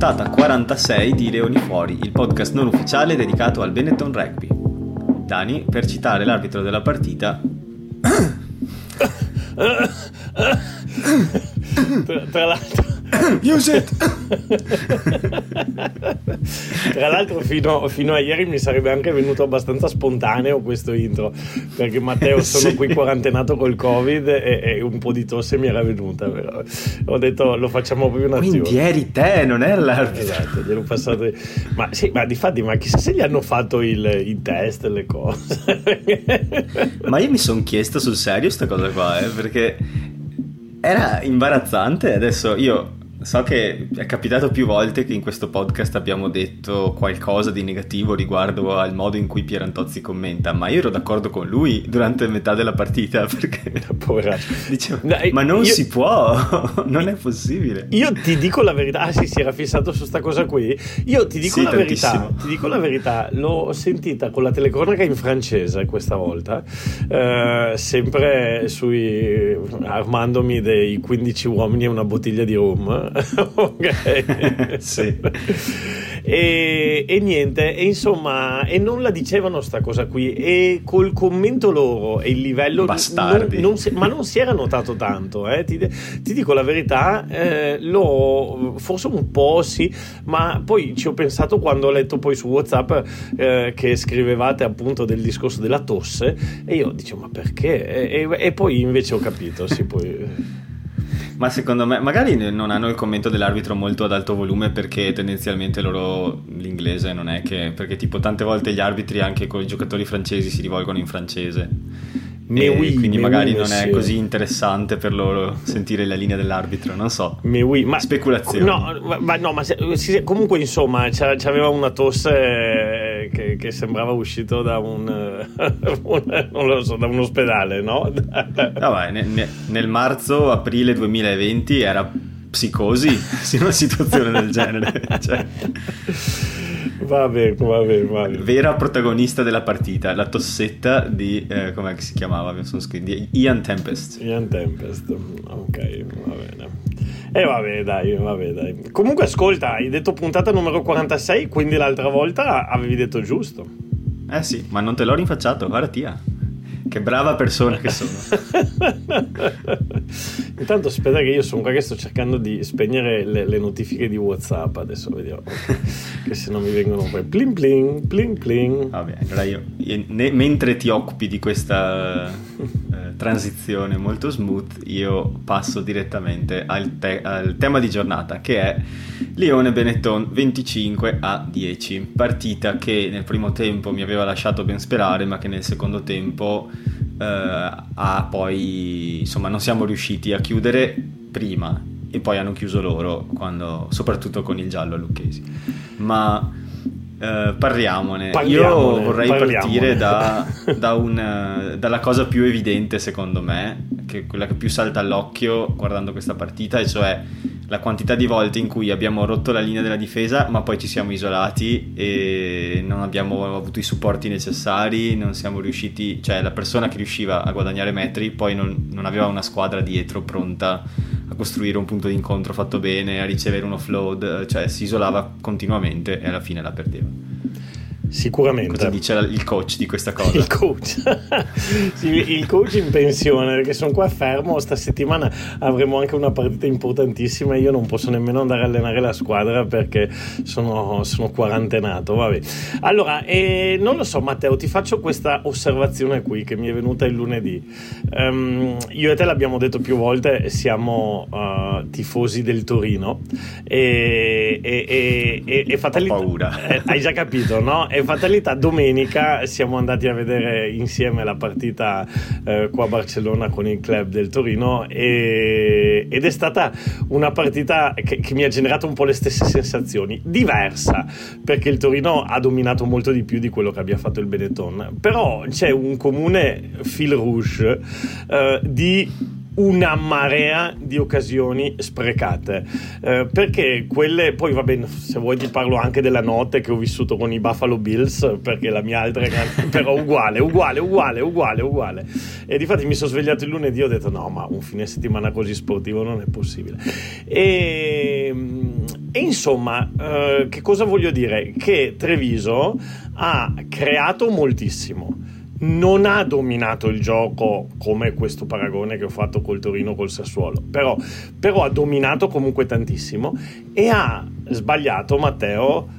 puntata 46 di Leoni Fuori, il podcast non ufficiale dedicato al Benetton Rugby. Dani, per citare l'arbitro della partita... Tra l'altro... Use it! Tra l'altro fino a ieri mi sarebbe anche venuto abbastanza spontaneo questo intro, perché Matteo sono qui quarantenato col Covid e un po' di tosse mi era venuta, però ho detto lo facciamo proprio un azione. Quindi eri te, non era l'arbitro. Esatto, gliel'ho passato. Ma sì, ma difatti, ma chissà se gli hanno fatto i test, le cose. Ma io mi sono chiesto sul serio sta cosa qua, perché era imbarazzante. Adesso io so che è capitato più volte che in questo podcast abbiamo detto qualcosa di negativo riguardo al modo in cui Pierantozzi commenta, ma io ero d'accordo con lui durante metà della partita, perché dicevo, ma non si può, non è possibile. Io ti dico la verità. Ah sì, si era fissato su sta cosa qui. Io ti dico ti dico la verità, l'ho sentita con la telecronaca in francese questa volta, sempre armandomi dei 15 uomini e una bottiglia di rum. Ok. Sì. E niente, e insomma, e non la dicevano sta cosa qui, e col commento loro e il livello bastardi ma non si era notato tanto, ti dico la verità, forse un po' sì, ma poi ci ho pensato quando ho letto poi su WhatsApp che scrivevate appunto del discorso della tosse, e io dicevo ma perché? E poi invece ho capito, sì, poi... Ma secondo me magari non hanno il commento dell'arbitro molto ad alto volume, perché tendenzialmente loro l'inglese non è che, perché tipo tante volte gli arbitri anche con i giocatori francesi si rivolgono in francese, quindi magari non è così interessante per loro sentire la linea dell'arbitro, non so, ma speculazioni. Comunque insomma c'aveva una tosse che sembrava uscito da non lo so, da un ospedale, no? Nel marzo-aprile 2020 era psicosi in una situazione del genere, cioè. Va bene. Vera protagonista della partita, la tossetta di com'è che si chiamava? Mi sono scritto di Ian Tempest. Ok, va bene. Vabbè, dai. Comunque ascolta, hai detto puntata numero 46, quindi l'altra volta avevi detto giusto. Sì, ma non te l'ho rinfacciato, guarda tia. Che brava persona che sono. Intanto aspetta che io sono qua che sto cercando di spegnere le notifiche di WhatsApp. Adesso vediamo che se non mi vengono poi pling pling. Vabbè, allora mentre ti occupi di questa transizione molto smooth, io passo direttamente al tema di giornata, che è Lione Benetton 25-10, partita che nel primo tempo mi aveva lasciato ben sperare, ma che nel secondo tempo poi insomma non siamo riusciti a chiudere prima, e poi hanno chiuso loro, soprattutto con il giallo a Lucchesi. Ma parliamone. Io vorrei partire dalla cosa più evidente, secondo me, che quella che più salta all'occhio guardando questa partita, e cioè la quantità di volte in cui abbiamo rotto la linea della difesa, ma poi ci siamo isolati e non abbiamo avuto i supporti necessari, non siamo riusciti, cioè la persona che riusciva a guadagnare metri poi non aveva una squadra dietro pronta a costruire un punto di incontro fatto bene, a ricevere un offload, cioè si isolava continuamente e alla fine la perdeva. Sicuramente. Cosa dice il coach di questa cosa? Il coach sì, il coach in pensione, perché sono qua fermo. Sta settimana avremo anche una partita importantissima e io non posso nemmeno andare a allenare la squadra perché sono quarantenato. Vabbè. Allora, non lo so, Matteo, ti faccio questa osservazione qui che mi è venuta il lunedì. Io e te l'abbiamo detto più volte, siamo tifosi del Torino e fatalità. Ho paura. Hai già capito, no? E fatalità, domenica siamo andati a vedere insieme la partita qua a Barcellona con il club del Torino ed è stata una partita che mi ha generato un po' le stesse sensazioni, diversa perché il Torino ha dominato molto di più di quello che abbia fatto il Benetton, però c'è un comune fil rouge di una marea di occasioni sprecate, perché quelle, poi va bene, se vuoi ti parlo anche della notte che ho vissuto con i Buffalo Bills, perché la mia altra però uguale, e difatti mi sono svegliato il lunedì e ho detto no, ma un fine settimana così sportivo non è possibile, E insomma, che cosa voglio dire? Che Treviso ha creato moltissimo, non ha dominato il gioco come questo paragone che ho fatto col Torino, col Sassuolo, però ha dominato comunque tantissimo e ha sbagliato, Matteo,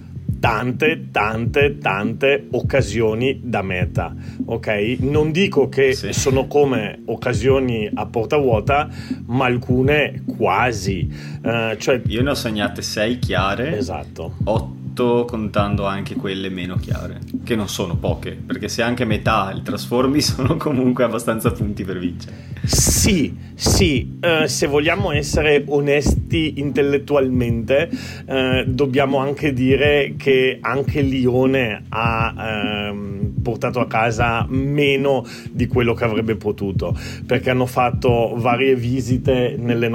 tante occasioni da meta, ok? Non dico che sono come occasioni a porta vuota, ma alcune quasi, cioè io ne ho segnate 6 chiare, esatto, 8 contando anche quelle meno chiare, che non sono poche, perché se anche metà li trasformi sono comunque abbastanza punti per vincere. Sì, se vogliamo essere onesti intellettualmente, dobbiamo anche dire che anche Lione ha portato a casa meno di quello che avrebbe potuto, perché hanno fatto varie visite nei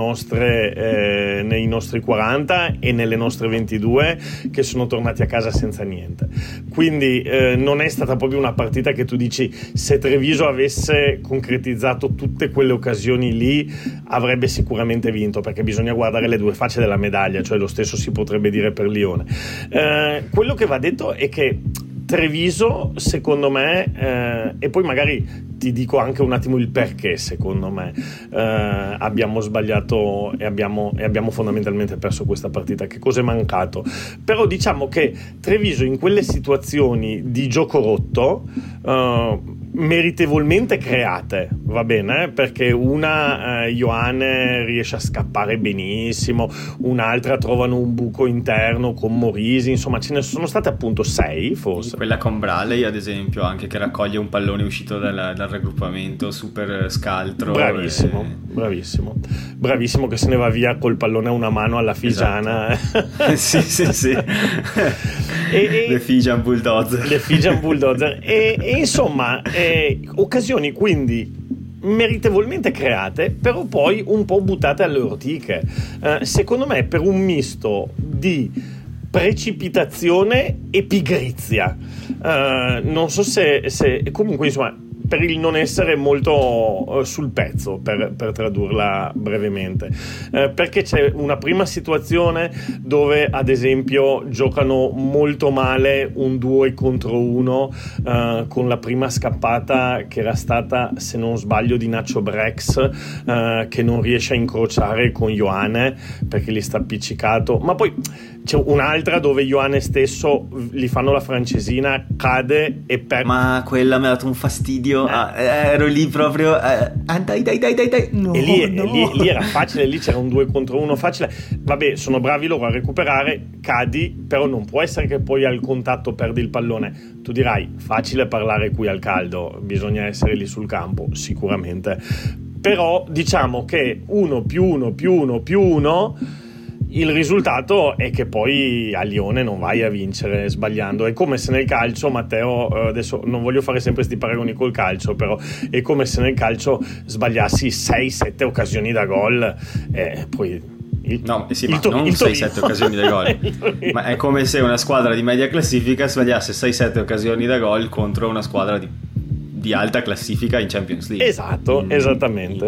nostri 40 e nelle nostre 22 che sono tornati a casa senza niente. Quindi non è stata proprio una partita che tu dici, se Treviso avesse concretizzato tutte quelle occasioni lì avrebbe sicuramente vinto, perché bisogna guardare le due facce della medaglia, cioè lo stesso si potrebbe dire per Lione. Quello che va detto è che Treviso, secondo me, e poi magari ti dico anche un attimo il perché, secondo me, abbiamo sbagliato e abbiamo fondamentalmente perso questa partita. Che cosa è mancato? Però diciamo che Treviso in quelle situazioni di gioco rotto, meritevolmente create, va bene? Perché una Ioane riesce a scappare benissimo, un'altra trovano un buco interno con Morisi, insomma ce ne sono state appunto 6 forse. Quella con Braley ad esempio, anche, che raccoglie un pallone uscito dal raggruppamento, super scaltro, bravissimo che se ne va via col pallone a una mano alla Figiana. Esatto. sì. Le Fijian Bulldozer e insomma occasioni quindi meritevolmente create, però poi un po' buttate alle ortiche, secondo me per un misto di precipitazione e pigrizia, non so se comunque insomma per il non essere molto sul pezzo, per tradurla brevemente, perché c'è una prima situazione dove ad esempio giocano molto male un 2 contro 1, con la prima scappata che era stata, se non sbaglio, di Nacho Brex, che non riesce a incrociare con Ioane perché gli sta appiccicato, ma poi c'è un'altra dove Ioane stesso gli fanno la francesina, cade e ma quella mi ha dato un fastidio. Ero lì proprio dai no, e lì era facile, lì c'era un 2 contro 1 facile. Vabbè, sono bravi loro a recuperare, cadi, però non può essere che poi al contatto perdi il pallone. Tu dirai, facile parlare qui al caldo, bisogna essere lì sul campo, sicuramente, però diciamo che 1 più 1 più 1 più 1, il risultato è che poi a Lione non vai a vincere sbagliando. È come se nel calcio, Matteo, adesso non voglio fare sempre questi paragoni col calcio, però è come se nel calcio sbagliassi 6-7 occasioni da gol, poi non 6-7 occasioni da gol, ma è come se una squadra di media classifica sbagliasse 6-7 occasioni da gol contro una squadra di alta classifica in Champions League. Esatto, esattamente.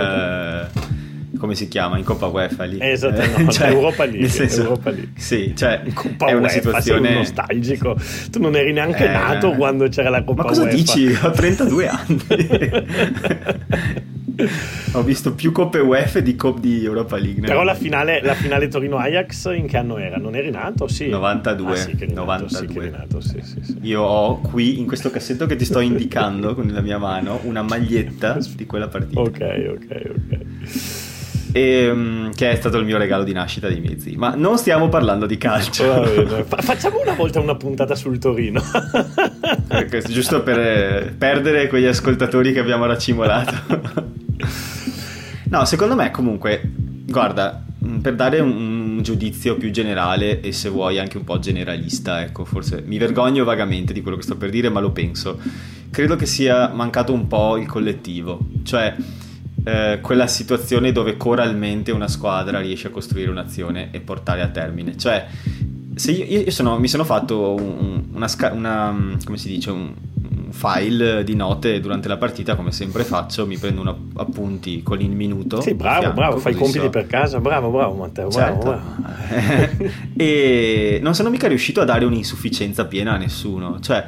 Come si chiama? In Coppa UEFA lì. Esatto, no, cioè, Europa League. Sì, cioè Coppa è una UEFA, situazione. Sei nostalgico. Tu non eri neanche nato quando c'era la Coppa UEFA. Ma cosa dici? Ho 32 anni. Ho visto più Coppe UEFA di Europa League. Però la finale Torino-Ajax in che anno era? Non eri nato? Sì. 92. Sì, che eri nato, 92. Sì, che eri nato, sì. Io ho qui in questo cassetto che ti sto indicando con la mia mano una maglietta di quella partita. Ok. Che è stato il mio regalo di nascita dei miei zii. Ma non stiamo parlando di calcio. Facciamo una volta una puntata sul Torino. Giusto per perdere quegli ascoltatori che abbiamo raccimolato. No, secondo me comunque, guarda, per dare un giudizio più generale e se vuoi anche un po' generalista, ecco, forse mi vergogno vagamente di quello che sto per dire, ma lo penso. Credo che sia mancato un po' il collettivo, cioè quella situazione dove coralmente una squadra riesce a costruire un'azione e portare a termine. Cioè, se mi sono fatto una come si dice, un file di note durante la partita, come sempre faccio, mi prendo appunti con il minuto. Sì, bravo, fai i compiti per casa, bravo Matteo, certo. bravo. E non sono mica riuscito a dare un'insufficienza piena a nessuno, cioè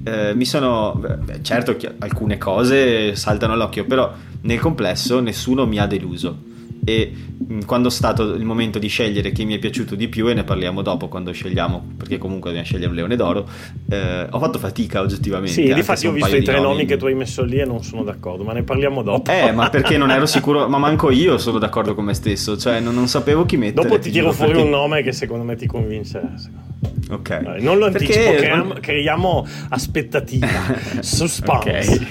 certo alcune cose saltano all'occhio, però nel complesso nessuno mi ha deluso. E quando è stato il momento di scegliere chi mi è piaciuto di più, e ne parliamo dopo quando scegliamo, perché comunque dobbiamo scegliere un Leone d'Oro, ho fatto fatica oggettivamente. Sì, difatti ho visto i 3 nomi che tu hai messo lì e non sono d'accordo, ma ne parliamo dopo. Ma perché non ero sicuro, ma manco io sono d'accordo con me stesso, cioè non sapevo chi mettere. Dopo ti tiro fuori un nome che secondo me ti convincerà. Ok. Non lo anticipo, creiamo aspettativa, suspense.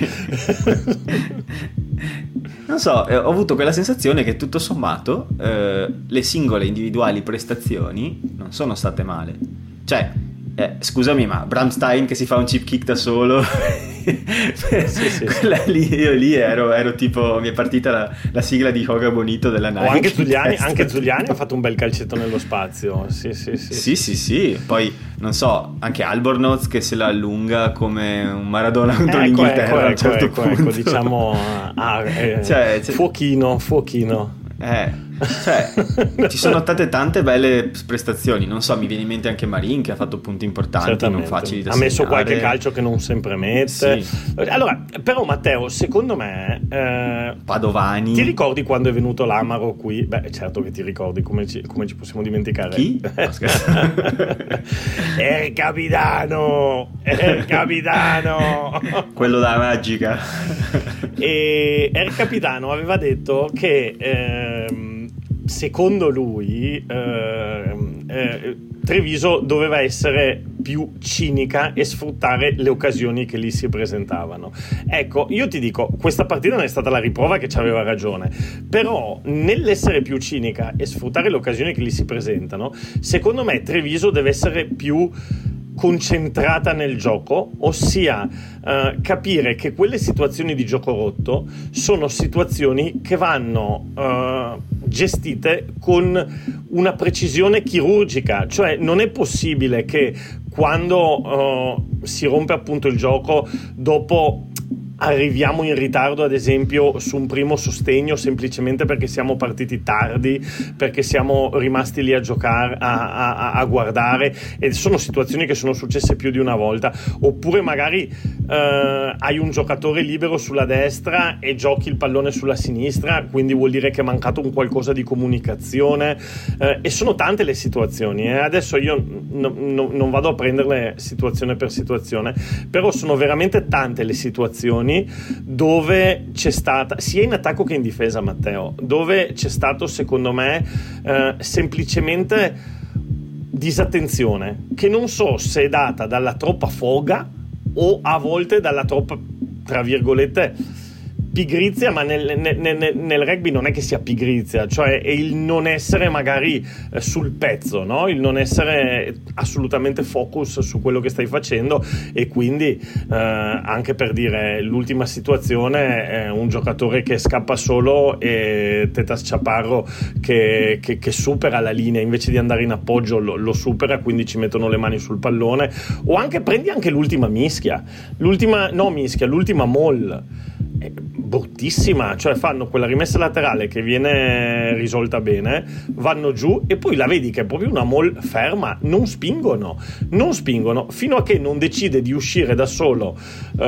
Non so, ho avuto quella sensazione che tutto sommato le singole individuali prestazioni non sono state male. Cioè, scusami, ma Bram Stein che si fa un chip kick da solo, sì. Quella lì, io lì ero tipo, mi è partita la sigla di Hoga Bonito della Nike. O anche Giuliani ha fatto un bel calcetto nello spazio. Sì. Poi non so, anche Albornoz che se la allunga come un Maradona contro l'Inghilterra a un certo punto. Diciamo fuochino. Cioè, ci sono state tante belle prestazioni. Non so, mi viene in mente anche Marin che ha fatto punti importanti. Certamente. Non facili da segnare. Ha messo qualche calcio che non sempre mette. Sì. Allora, però Matteo, secondo me Padovani. Ti ricordi quando è venuto l'Amaro qui? Beh, certo che ti ricordi, come ci possiamo dimenticare? Chi? Il capitano. Quello da Magica. E il capitano aveva detto che secondo lui Treviso doveva essere più cinica e sfruttare le occasioni che lì si presentavano. Ecco, io ti dico, questa partita non è stata la riprova che ci aveva ragione, però nell'essere più cinica e sfruttare le occasioni che lì si presentano, secondo me Treviso deve essere più concentrata nel gioco, ossia capire che quelle situazioni di gioco rotto sono situazioni che vanno gestite con una precisione chirurgica, cioè non è possibile che quando si rompe appunto il gioco, dopo arriviamo in ritardo ad esempio su un primo sostegno semplicemente perché siamo partiti tardi, perché siamo rimasti lì a giocare, a guardare, e sono situazioni che sono successe più di una volta. Oppure magari hai un giocatore libero sulla destra e giochi il pallone sulla sinistra, quindi vuol dire che è mancato un qualcosa di comunicazione, e sono tante le situazioni, adesso io non vado a prenderle situazione per situazione, però sono veramente tante le situazioni dove c'è stata, sia in attacco che in difesa, Matteo, dove c'è stato secondo me semplicemente disattenzione, che non so se è data dalla troppa foga o a volte dalla troppa, tra virgolette, pigrizia, ma nel rugby non è che sia pigrizia, cioè è il non essere magari sul pezzo, no? Il non essere assolutamente focus su quello che stai facendo, e quindi anche per dire l'ultima situazione è un giocatore che scappa solo e Tetas Chaparro che supera la linea invece di andare in appoggio lo supera, quindi ci mettono le mani sul pallone. O anche prendi anche l'ultima mall, bruttissima, cioè fanno quella rimessa laterale che viene risolta bene, vanno giù e poi la vedi che è proprio una mall ferma, non spingono fino a che non decide di uscire da solo.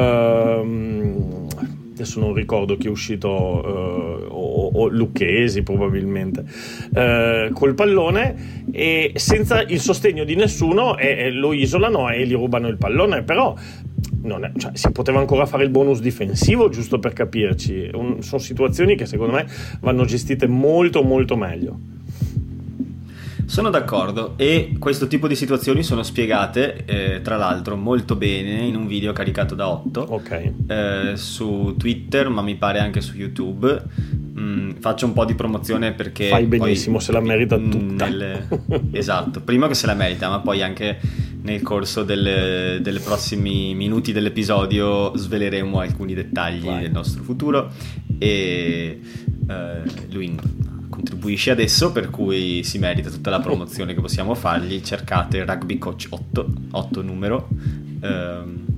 Adesso non ricordo chi è uscito, o Lucchesi probabilmente, col pallone, e senza il sostegno di nessuno, e lo isolano e gli rubano il pallone. Però cioè, si poteva ancora fare il bonus difensivo, giusto per capirci. Sono situazioni che secondo me vanno gestite molto molto meglio. Sono d'accordo, e questo tipo di situazioni sono spiegate tra l'altro molto bene in un video caricato da Otto, su Twitter, ma mi pare anche su YouTube. Faccio un po' di promozione perché fai benissimo, poi, se la merita tutta. Esatto, prima che se la merita, ma poi anche nel corso delle prossimi minuti dell'episodio sveleremo alcuni dettagli del nostro futuro, e lui contribuisce adesso, per cui si merita tutta la promozione che possiamo fargli. Cercate Rugby Coach 8 numero,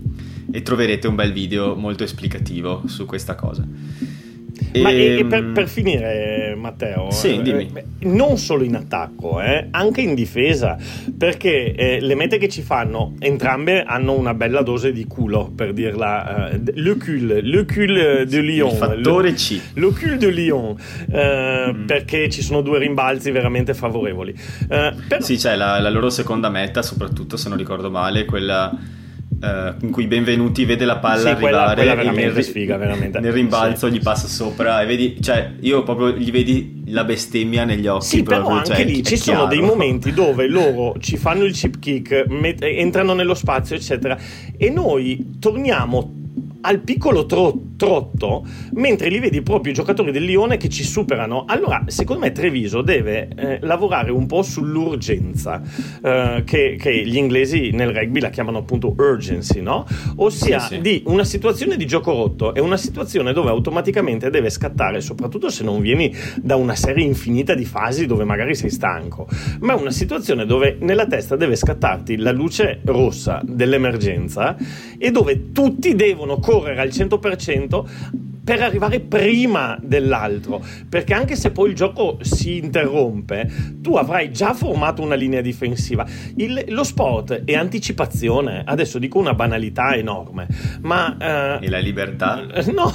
e troverete un bel video molto esplicativo su questa cosa. Ma per finire, Matteo, sì, dimmi. Non solo in attacco, anche in difesa, perché le mete che ci fanno entrambe hanno una bella dose di culo, per dirla, le cul de Lyon, il fattore C, le cul de Lyon, perché ci sono due rimbalzi veramente favorevoli. Sì, c'è la loro seconda meta, soprattutto se non ricordo male, quella in cui Benvenuti vede la palla arrivare, quella veramente sfiga, veramente. Nel rimbalzo gli passa sopra e vedi, cioè io proprio gli vedi la bestemmia negli occhi. Sì, proprio, però anche cioè, lì ci sono dei momenti dove loro ci fanno il chip kick, entrano nello spazio, eccetera, e noi torniamo al piccolo trotto, mentre li vedi proprio i giocatori del Lione che ci superano. Allora, secondo me Treviso deve lavorare un po' sull'urgenza, che gli inglesi nel rugby la chiamano appunto urgency, no? Ossia sì. di una situazione di gioco rotto, è una situazione dove automaticamente deve scattare, soprattutto se non vieni da una serie infinita di fasi dove magari sei stanco, ma è una situazione dove nella testa deve scattarti la luce rossa dell'emergenza e dove tutti devono correre al 100% per arrivare prima dell'altro, perché anche se poi il gioco si interrompe, tu avrai già formato una linea difensiva. Lo sport è anticipazione. Adesso dico una banalità enorme, ma e la libertà? No.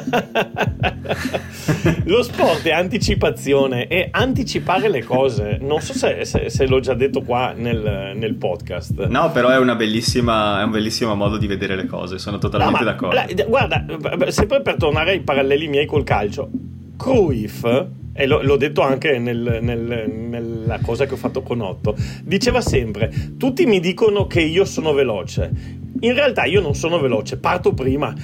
Lo sport è anticipazione, è anticipare le cose. Non so se l'ho già detto qua nel podcast. No, però è un bellissimo modo di vedere le cose, sono totalmente d'accordo. Guarda, sempre per tornare ai paralleli miei col calcio, Cruyff, e l'ho detto anche nella cosa che ho fatto con Otto, diceva sempre: tutti mi dicono che io sono veloce, in realtà io non sono veloce, parto prima.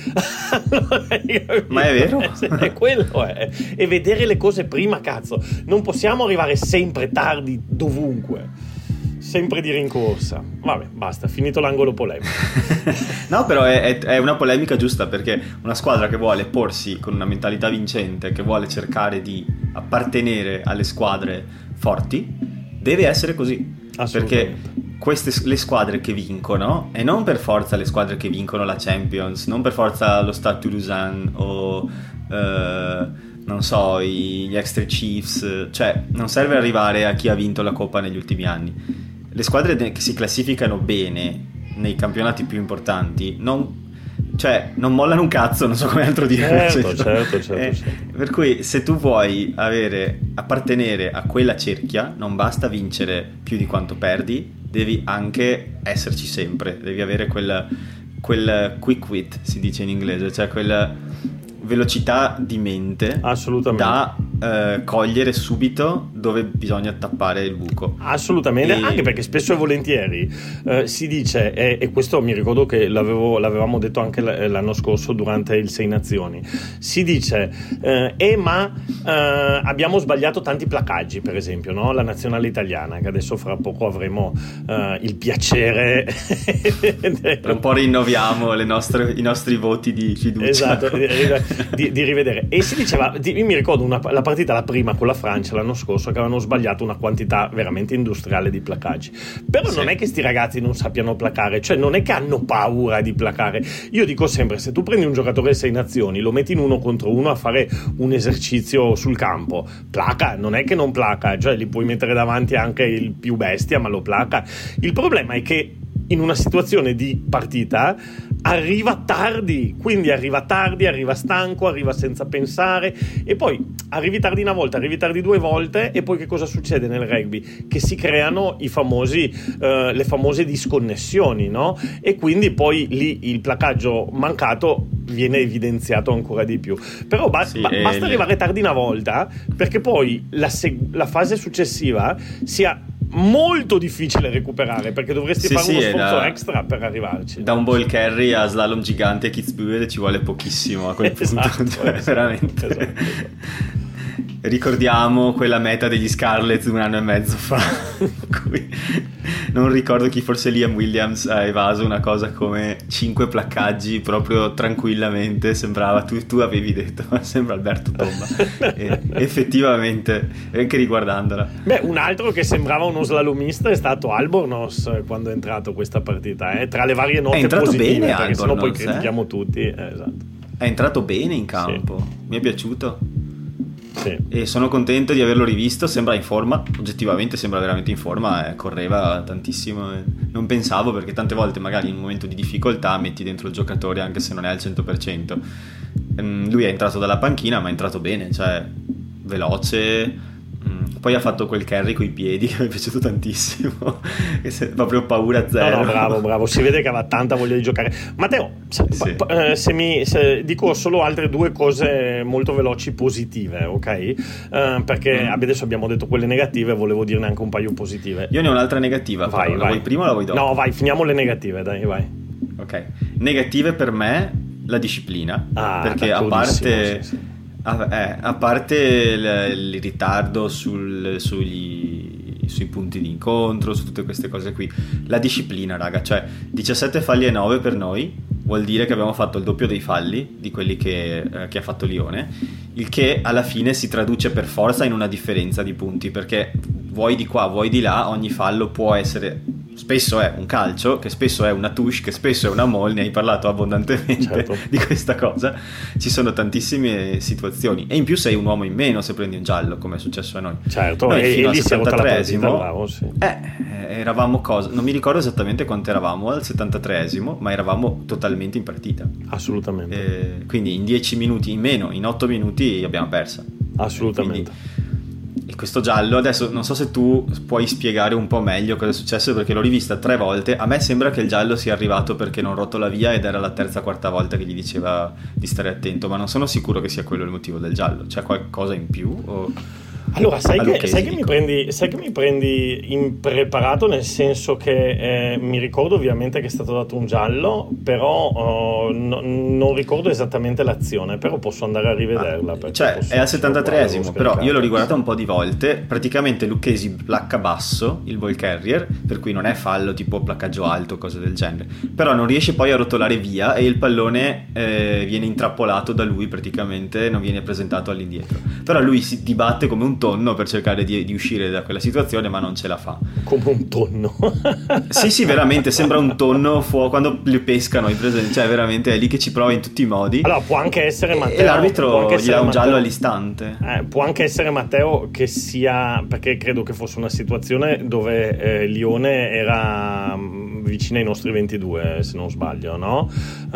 Ma è vero? È quello, e vedere le cose prima, cazzo, non possiamo arrivare sempre tardi dovunque, sempre di rincorsa. Vabbè, basta, finito l'angolo polemico. No, però è una polemica giusta, perché una squadra che vuole porsi con una mentalità vincente, che vuole cercare di appartenere alle squadre forti, deve essere così. Perché le squadre che vincono, e non per forza le squadre che vincono la Champions, non per forza lo Stade Toulousain o non so, gli Exeter Chiefs, cioè non serve arrivare a chi ha vinto la Coppa negli ultimi anni. Le squadre che si classificano bene nei campionati più importanti non mollano un cazzo, non so come altro dire. Certo. Per cui se tu vuoi appartenere a quella cerchia, non basta vincere più di quanto perdi, devi anche esserci sempre, devi avere quel quick wit, si dice in inglese, cioè quella velocità di mente, assolutamente, da cogliere subito dove bisogna tappare il buco. Assolutamente, anche perché spesso e volentieri si dice, e questo mi ricordo che l'avevamo detto anche l'anno scorso durante il Sei Nazioni, si dice ma abbiamo sbagliato tanti placaggi, per esempio, no? La nazionale italiana, che adesso fra poco avremo il piacere tra un po' rinnoviamo i nostri voti di fiducia, esatto, di rivedere. E si diceva, mi ricordo la partita, la prima con la Francia l'anno scorso, che avevano sbagliato una quantità veramente industriale di placaggi, però non è che sti ragazzi non sappiano placare, cioè non è che hanno paura di placare. Io dico sempre, se tu prendi un giocatore Sei Nazioni, lo metti in 1 contro 1 a fare un esercizio sul campo, placa, non è che non placa, cioè li puoi mettere davanti anche il più bestia, ma lo placa. Il problema è che in una situazione di partita arriva tardi, quindi arriva stanco, arriva senza pensare, e poi arrivi tardi una volta, arrivi tardi 2 volte, e poi che cosa succede nel rugby? Che si creano le famose disconnessioni, no? E quindi poi lì il placaggio mancato viene evidenziato ancora di più. Però basta arrivare tardi una volta, perché poi la fase successiva sia molto difficile recuperare, perché dovresti fare uno sforzo extra per arrivarci. Da un ball carry a slalom gigante Kitzbühel ci vuole pochissimo a quel punto, esatto. Veramente. Esatto. ricordiamo quella meta degli Scarlett 1 anno e mezzo fa, in cui non ricordo chi, forse Liam Williams ha evaso una cosa come 5 placcaggi proprio tranquillamente, sembrava, tu avevi detto ma sembra Alberto Tomba, e effettivamente anche riguardandola. Beh, un altro che sembrava uno slalomista è stato Albornoz quando è entrato questa partita, tra le varie note positive, bene, perché sennò poi Albornoz, critichiamo tutti. Esatto. È entrato bene in campo, sì. Mi è piaciuto. Sì. E sono contento di averlo rivisto, sembra in forma, oggettivamente sembra veramente in forma, correva tantissimo, non pensavo, perché tante volte magari in un momento di difficoltà metti dentro il giocatore anche se non è al 100%. Lui è entrato dalla panchina ma è entrato bene, cioè veloce, poi ha fatto quel carry coi piedi che mi è piaciuto tantissimo, proprio paura zero. No, bravo, si vede che aveva tanta voglia di giocare. Matteo, se dico solo altre 2 cose molto veloci positive, ok? Perché adesso abbiamo detto quelle negative, volevo dirne anche un paio positive. Io ne ho un'altra negativa, vai. La vuoi prima o la vuoi dopo? No, vai, finiamo le negative, dai, vai. Ok, negative per me la disciplina, perché a parte il ritardo sui punti di incontro, su tutte queste cose qui, la disciplina, raga, cioè 17 falli e 9 per noi vuol dire che abbiamo fatto il doppio dei falli di quelli che ha fatto Lione, il che alla fine si traduce per forza in una differenza di punti, perché vuoi di qua, vuoi di là, ogni fallo può essere, spesso è un calcio, che spesso è una touche, che spesso è una mall, ne hai parlato abbondantemente, certo, di questa cosa. Ci sono tantissime situazioni, e in più sei un uomo in meno se prendi un giallo, come è successo a noi. Certo, noi e fino al lì 73esimo bravo, sì. Eravamo non mi ricordo esattamente quanto eravamo al 73esimo, ma eravamo totalmente in partita. Assolutamente. Quindi in 10 minuti in meno, in 8 minuti abbiamo persa. Assolutamente. E questo giallo, adesso non so se tu puoi spiegare un po' meglio cosa è successo, perché l'ho rivista 3 volte. A me sembra che il giallo sia arrivato perché non rotola via, ed era la terza, quarta volta che gli diceva di stare attento, ma non sono sicuro che sia quello il motivo del giallo. C'è qualcosa in più? Allora, sai che mi prendi impreparato, nel senso che mi ricordo ovviamente che è stato dato un giallo, però non ricordo esattamente l'azione, però posso andare a rivederla. Cioè è al 73esimo, però io l'ho riguardata un po' di volte. Praticamente Lucchesi placca basso il ball carrier, per cui non è fallo tipo placcaggio alto, cose del genere, però non riesce poi a rotolare via e il pallone viene intrappolato da lui, praticamente non viene presentato all'indietro, però lui si dibatte come un tonno per cercare di uscire da quella situazione, ma non ce la fa. Come un tonno. sì, veramente sembra un tonno quando li pescano, cioè veramente è lì che ci prova in tutti i modi. Allora può anche essere Matteo, e l'arbitro gli dà un giallo all'istante. Può anche essere, Matteo, che sia, perché credo che fosse una situazione dove Lione era vicino ai nostri 22, se non sbaglio, no?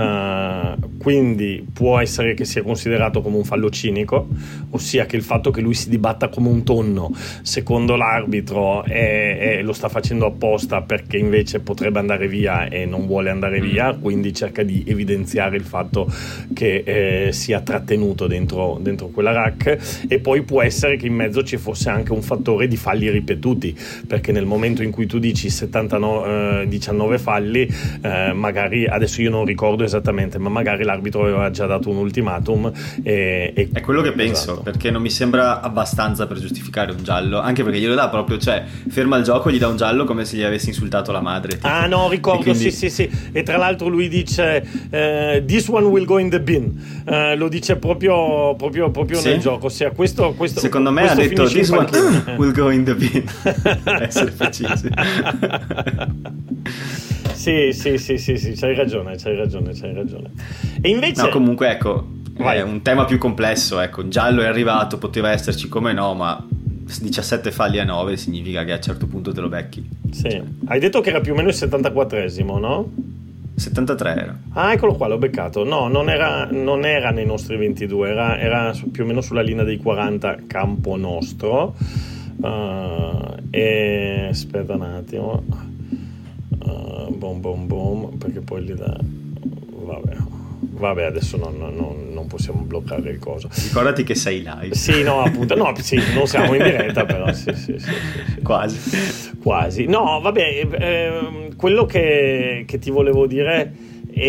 Quindi può essere che sia considerato come un fallo cinico, ossia che il fatto che lui si dibatta come un tonno, secondo l'arbitro, lo sta facendo apposta perché invece potrebbe andare via e non vuole andare via, quindi cerca di evidenziare il fatto che sia trattenuto dentro quella rack. E poi può essere che in mezzo ci fosse anche un fattore di falli ripetuti, perché nel momento in cui tu dici 19 falli, magari, adesso io non ricordo esattamente, ma magari l'arbitro aveva già dato un ultimatum è quello che penso, esatto, perché non mi sembra abbastanza per giustificare un giallo, anche perché glielo dà proprio, cioè ferma il gioco e gli dà un giallo come se gli avesse insultato la madre tipo. No, ricordo, quindi... sì, e tra l'altro lui dice this one will go in the bin, lo dice proprio sì, nel gioco, ossia questo secondo me ha detto this one will go in the bin. Essere precisi. Sì, c'hai ragione. E invece no, comunque ecco, è un tema più complesso, ecco, il giallo è arrivato, poteva esserci, come no, ma 17 falli a 9 significa che a un certo punto te lo becchi. Sì, hai detto che era più o meno il 74esimo, no? 73 era. Eccolo qua, l'ho beccato. No, non era nei nostri 22, era più o meno sulla linea dei 40 campo nostro. E aspetta un attimo. Boom, perché poi gli dà... Vabbè, adesso non possiamo bloccare il coso. Ricordati che sei live. Sì, no, appunto. No, sì, non siamo in diretta, però sì. Quasi. No, vabbè, quello che ti volevo dire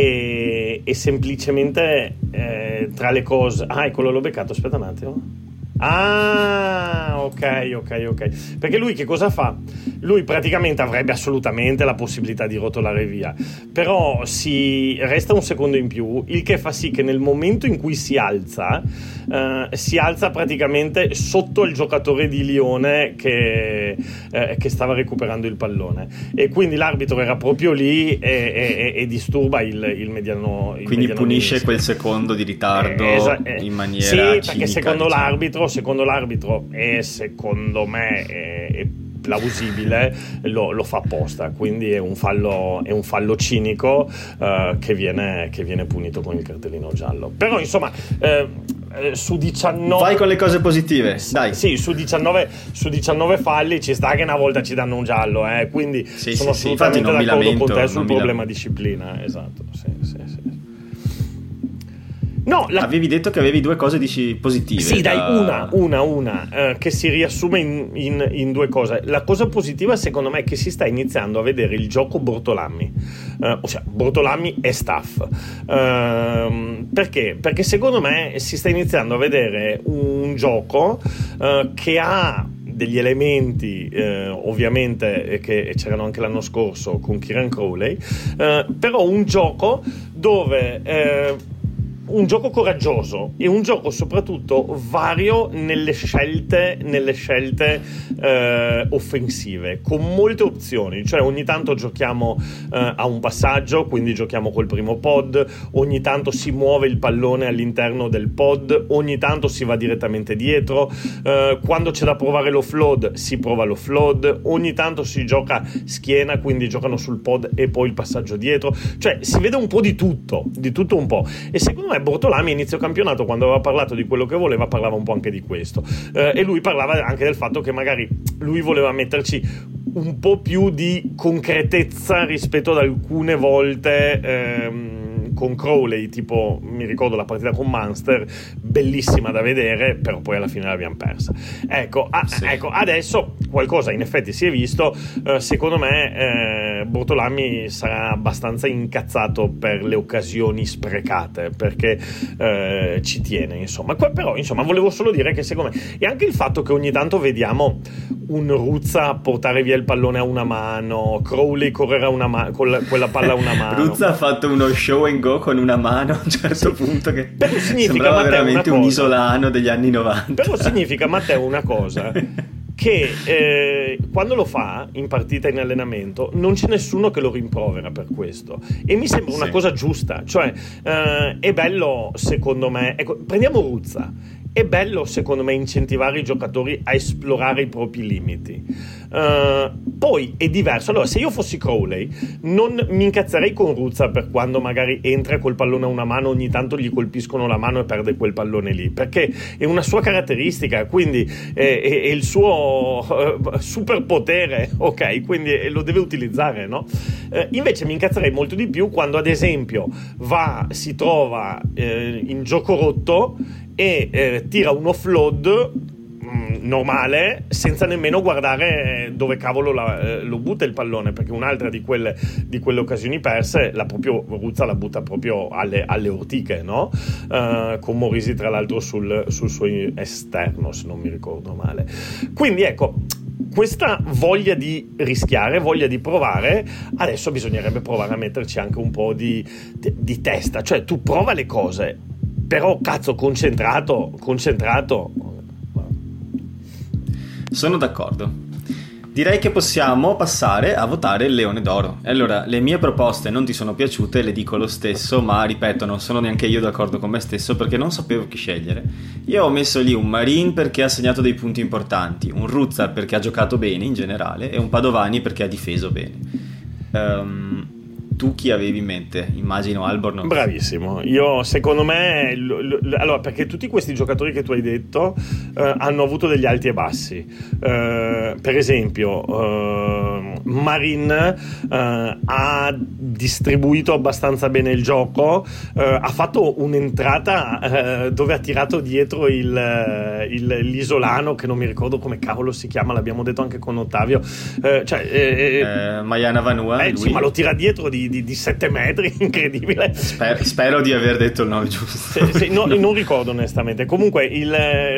è semplicemente tra le cose... eccolo, l'ho beccato, aspetta un attimo. Ah, ok. Perché lui che cosa fa? Lui praticamente avrebbe assolutamente la possibilità di rotolare via, però si resta un secondo in più, il che fa sì che nel momento in cui si alza praticamente sotto il giocatore di Lione che stava recuperando il pallone, e quindi l'arbitro era proprio lì e disturba il mediano. Quindi punisce quel secondo di ritardo in maniera sì, cinica, perché secondo l'arbitro e secondo me è plausibile, lo fa apposta, quindi è un fallo cinico che viene punito con il cartellino giallo. Però insomma su 19 vai con le cose positive, dai. Sì, su 19 falli ci sta che una volta ci danno un giallo, quindi sono assolutamente d'accordo con te sul problema disciplina, esatto, sì. No, avevi detto che avevi due cose positive. Sì, dai, una che si riassume in due cose. La cosa positiva secondo me è che si sta iniziando a vedere il gioco Bortolami, ossia Bortolami e staff. Perché? Perché secondo me si sta iniziando a vedere un gioco che ha degli elementi ovviamente che c'erano anche l'anno scorso con Kieran Crowley, però un gioco dove un gioco coraggioso e un gioco soprattutto vario nelle scelte offensive, con molte opzioni, cioè ogni tanto giochiamo a un passaggio, quindi giochiamo col primo pod, ogni tanto si muove il pallone all'interno del pod, ogni tanto si va direttamente dietro, quando c'è da provare l'offload si prova l'offload, ogni tanto si gioca schiena, quindi giocano sul pod e poi il passaggio dietro, cioè si vede un po' di tutto un po', e secondo me Bortolami a inizio campionato, quando aveva parlato di quello che voleva, parlava un po' anche di questo, e lui parlava anche del fatto che magari lui voleva metterci un po' più di concretezza rispetto ad alcune volte con Crowley, tipo mi ricordo la partita con Munster, bellissima da vedere, però poi alla fine l'abbiamo persa. Ecco, adesso qualcosa in effetti si è visto. Secondo me Bortolami sarà abbastanza incazzato per le occasioni sprecate, perché ci tiene, insomma. Però insomma volevo solo dire che secondo me, e anche il fatto che ogni tanto vediamo un Ruzza portare via il pallone a una mano, Crowley correre con quella palla a una mano. Ruzza ha fatto uno show and go con una mano a un certo punto che sembrava Matteo, veramente un isolano degli anni 90. Però significa, Matteo, una cosa che quando lo fa in partita, in allenamento, non c'è nessuno che lo rimprovera per questo, e mi sembra una cosa giusta, cioè è bello secondo me, ecco, prendiamo Ruzza, è bello secondo me incentivare i giocatori a esplorare i propri limiti. Poi è diverso, allora se io fossi Crowley non mi incazzerei con Ruzza per quando magari entra col pallone a una mano, ogni tanto gli colpiscono la mano e perde quel pallone lì, perché è una sua caratteristica, quindi è il suo superpotere, ok, quindi lo deve utilizzare, no? Invece mi incazzerei molto di più quando ad esempio si trova in gioco rotto e tira un offload normale senza nemmeno guardare dove cavolo lo butta il pallone, perché un'altra di quelle occasioni perse Ruzza la butta proprio alle ortiche, no? Con Morisi tra l'altro sul suo esterno, se non mi ricordo male. Quindi ecco, questa voglia di rischiare, voglia di provare, adesso bisognerebbe provare a metterci anche un po' di testa, cioè tu prova le cose, però cazzo, concentrato. Sono d'accordo. Direi che possiamo passare a votare il Leone d'Oro. Allora, le mie proposte non ti sono piaciute, le dico lo stesso, ma ripeto, non sono neanche io d'accordo con me stesso perché non sapevo chi scegliere. Io ho messo lì un Marin perché ha segnato dei punti importanti, un Ruzza perché ha giocato bene in generale e un Padovani perché ha difeso bene. Tu chi avevi in mente? Immagino Albornoz. Bravissimo. Io secondo me allora, perché tutti questi giocatori che tu hai detto hanno avuto degli alti e bassi. Per esempio Marin ha distribuito abbastanza bene il gioco, ha fatto un'entrata dove ha tirato dietro l'isolano, che non mi ricordo come cavolo si chiama, l'abbiamo detto anche con Ottavio, Maiana Vanua, sì, ma lo tira dietro di 7 metri, incredibile. Spero di aver detto il nome giusto. Sì, no, non ricordo onestamente. Comunque il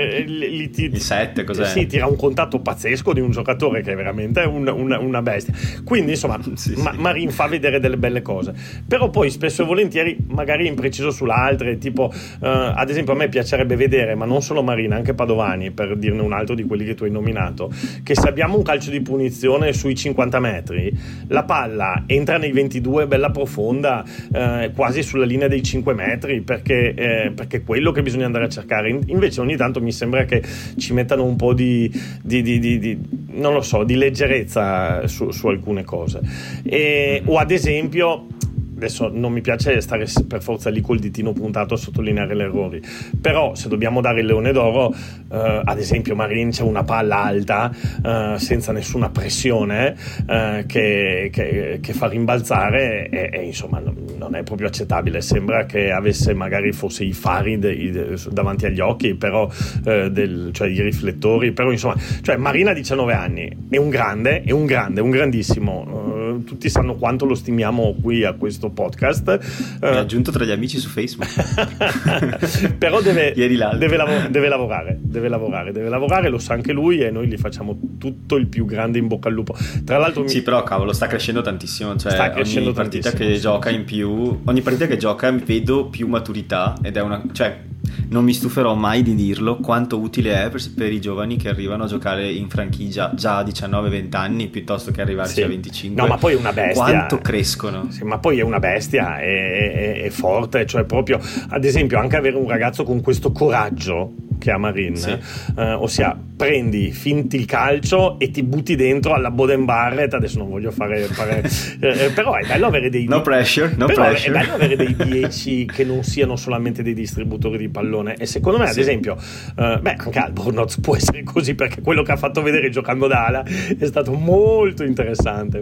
7 cos'è? Sì, tira un contatto pazzesco di un giocatore che è veramente una bestia. Quindi insomma sì. Marin fa vedere delle belle cose, però poi spesso e volentieri magari impreciso sulle altre, tipo ad esempio a me piacerebbe vedere, ma non solo Marin, anche Padovani, per dirne un altro di quelli che tu hai nominato, che se abbiamo un calcio di punizione sui 50 metri, la palla entra nei 22 bella profonda, quasi sulla linea dei 5 metri, perché è quello che bisogna andare a cercare. Invece ogni tanto mi sembra che ci mettano un po' di non lo so, di leggerezza su alcune cose, o ad esempio, adesso non mi piace stare per forza lì col ditino puntato a sottolineare gli errori, però se dobbiamo dare il leone d'oro, ad esempio Marin c'è una palla alta, senza nessuna pressione, che fa rimbalzare, e insomma non è proprio accettabile. Sembra che avesse magari fosse i fari davanti agli occhi, però cioè i riflettori, però insomma, cioè Marin ha 19 anni, è un grandissimo, tutti sanno quanto lo stimiamo qui a questo podcast. Mi ha aggiunto tra gli amici su Facebook. Però deve lavorare. lavorare, lo sa anche lui, e noi gli facciamo tutto il più grande in bocca al lupo. Tra l'altro sì, però cavolo, sta crescendo tantissimo, cioè sta crescendo ogni partita tantissimo, che gioca in più, ogni partita che gioca vedo più maturità, ed è cioè non mi stuferò mai di dirlo quanto utile è per i giovani che arrivano a giocare in franchigia già a 19-20 anni, piuttosto che arrivarci a 25. No, ma poi è una bestia. Quanto crescono. Sì, ma poi è una bestia, è forte, cioè proprio, ad esempio, anche avere un ragazzo con questo coraggio che ha Marin, sì. Ossia finti il calcio e ti butti dentro alla Boden Barrett. Adesso non voglio fare però è bello avere dei no pressure. È bello avere dei 10 che non siano solamente dei distributori di pallone, e secondo me ad esempio anche Albornoz può essere così, perché quello che ha fatto vedere giocando da ala è stato molto interessante.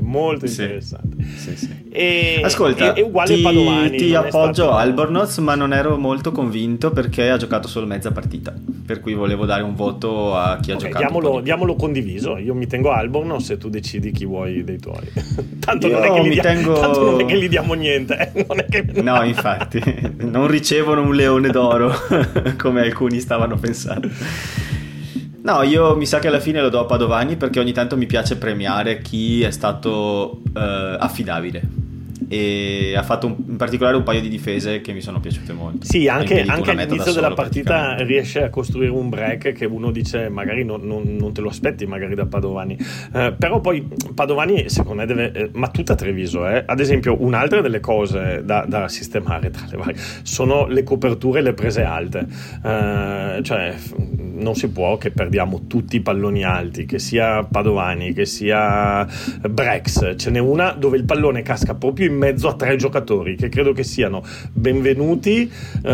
Sì. E, ascolta, è uguale Padovani, ti appoggio Albornoz, ma non ero molto convinto perché ha giocato solo mezza partita, per cui volevo dare un voto a chi ha giocato. Diamolo condiviso. Io mi tengo Albornoz e tu decidi chi vuoi dei tuoi. Tanto non è che gli diamo niente. Non è che... No, infatti non ricevono un leone d'oro come alcuni stavano pensando. No, io mi sa che alla fine lo do a Padovani, perché ogni tanto mi piace premiare chi è stato affidabile, e ha fatto in particolare un paio di difese che mi sono piaciute molto. Sì, anche all'inizio della partita riesce a costruire un break che uno dice magari non te lo aspetti magari da Padovani, però poi Padovani secondo me deve, ma tutta Treviso, ad esempio un'altra delle cose da sistemare tra le varie sono le coperture e le prese alte, cioè non si può che perdiamo tutti i palloni alti, che sia Padovani, che sia Brex. Ce n'è una dove il pallone casca proprio in mezzo a 3 giocatori, che credo che siano Benvenuti,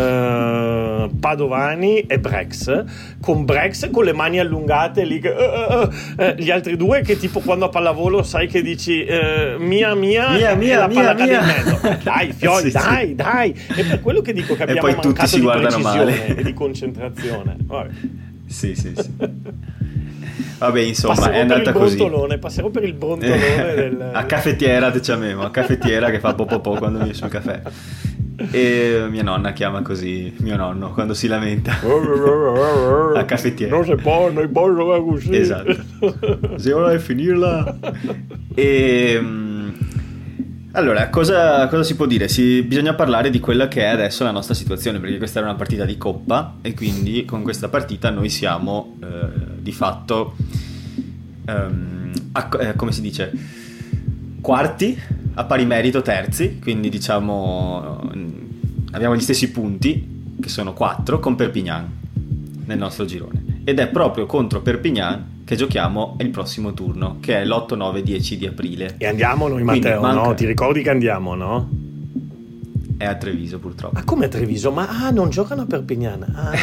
Padovani e Brex, con le mani allungate lì, gli altri due che tipo quando a pallavolo sai che dici mia e la palla cade in mezzo. Dai Fioli, sì, dai, è per quello che dico che abbiamo mancato di precisione e di concentrazione. Vabbè. Sì. Vabbè, insomma, è andata così. Passerò per il brontolone del... a caffettiera, diciamo, a caffettiera che fa po' quando mi esce il caffè. E mia nonna chiama così mio nonno quando si lamenta. A caffettiera. Non si può giocare così. Esatto. Se ora è finirla. Allora, cosa si può dire? Bisogna parlare di quella che è adesso la nostra situazione, perché questa era una partita di Coppa, e quindi con questa partita noi siamo di fatto come si dice, quarti, a pari merito terzi, quindi diciamo abbiamo gli stessi punti, che sono 4, con Perpignan nel nostro girone, ed è proprio contro Perpignan che giochiamo il prossimo turno, che è l'8, 9, 10 di aprile. E andiamo noi, Matteo, no? Ti ricordi che andiamo, no? È a Treviso, purtroppo. Ma come a Treviso? Ma non giocano a Perpignan.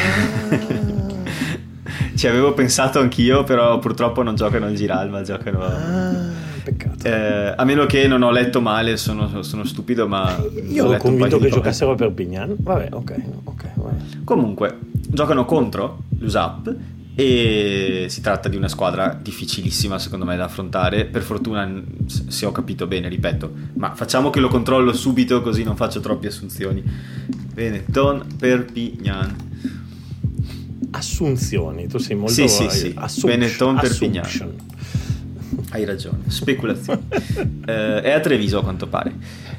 Ci avevo pensato anch'io, però purtroppo non giocano al Giralma, giocano Peccato. A meno che non ho letto male, sono stupido, ma io ero convinto che giocassero a Perpignan. Vabbè, ok, vabbè. Comunque, giocano contro l'USAP e si tratta di una squadra difficilissima secondo me da affrontare. Per fortuna, se ho capito bene, ripeto, ma facciamo che lo controllo subito così non faccio troppe assunzioni. Benetton Perpignan. Assunzioni, tu sei molto sì. Benetton Perpignan. Hai ragione, speculazioni. È a Treviso a quanto pare.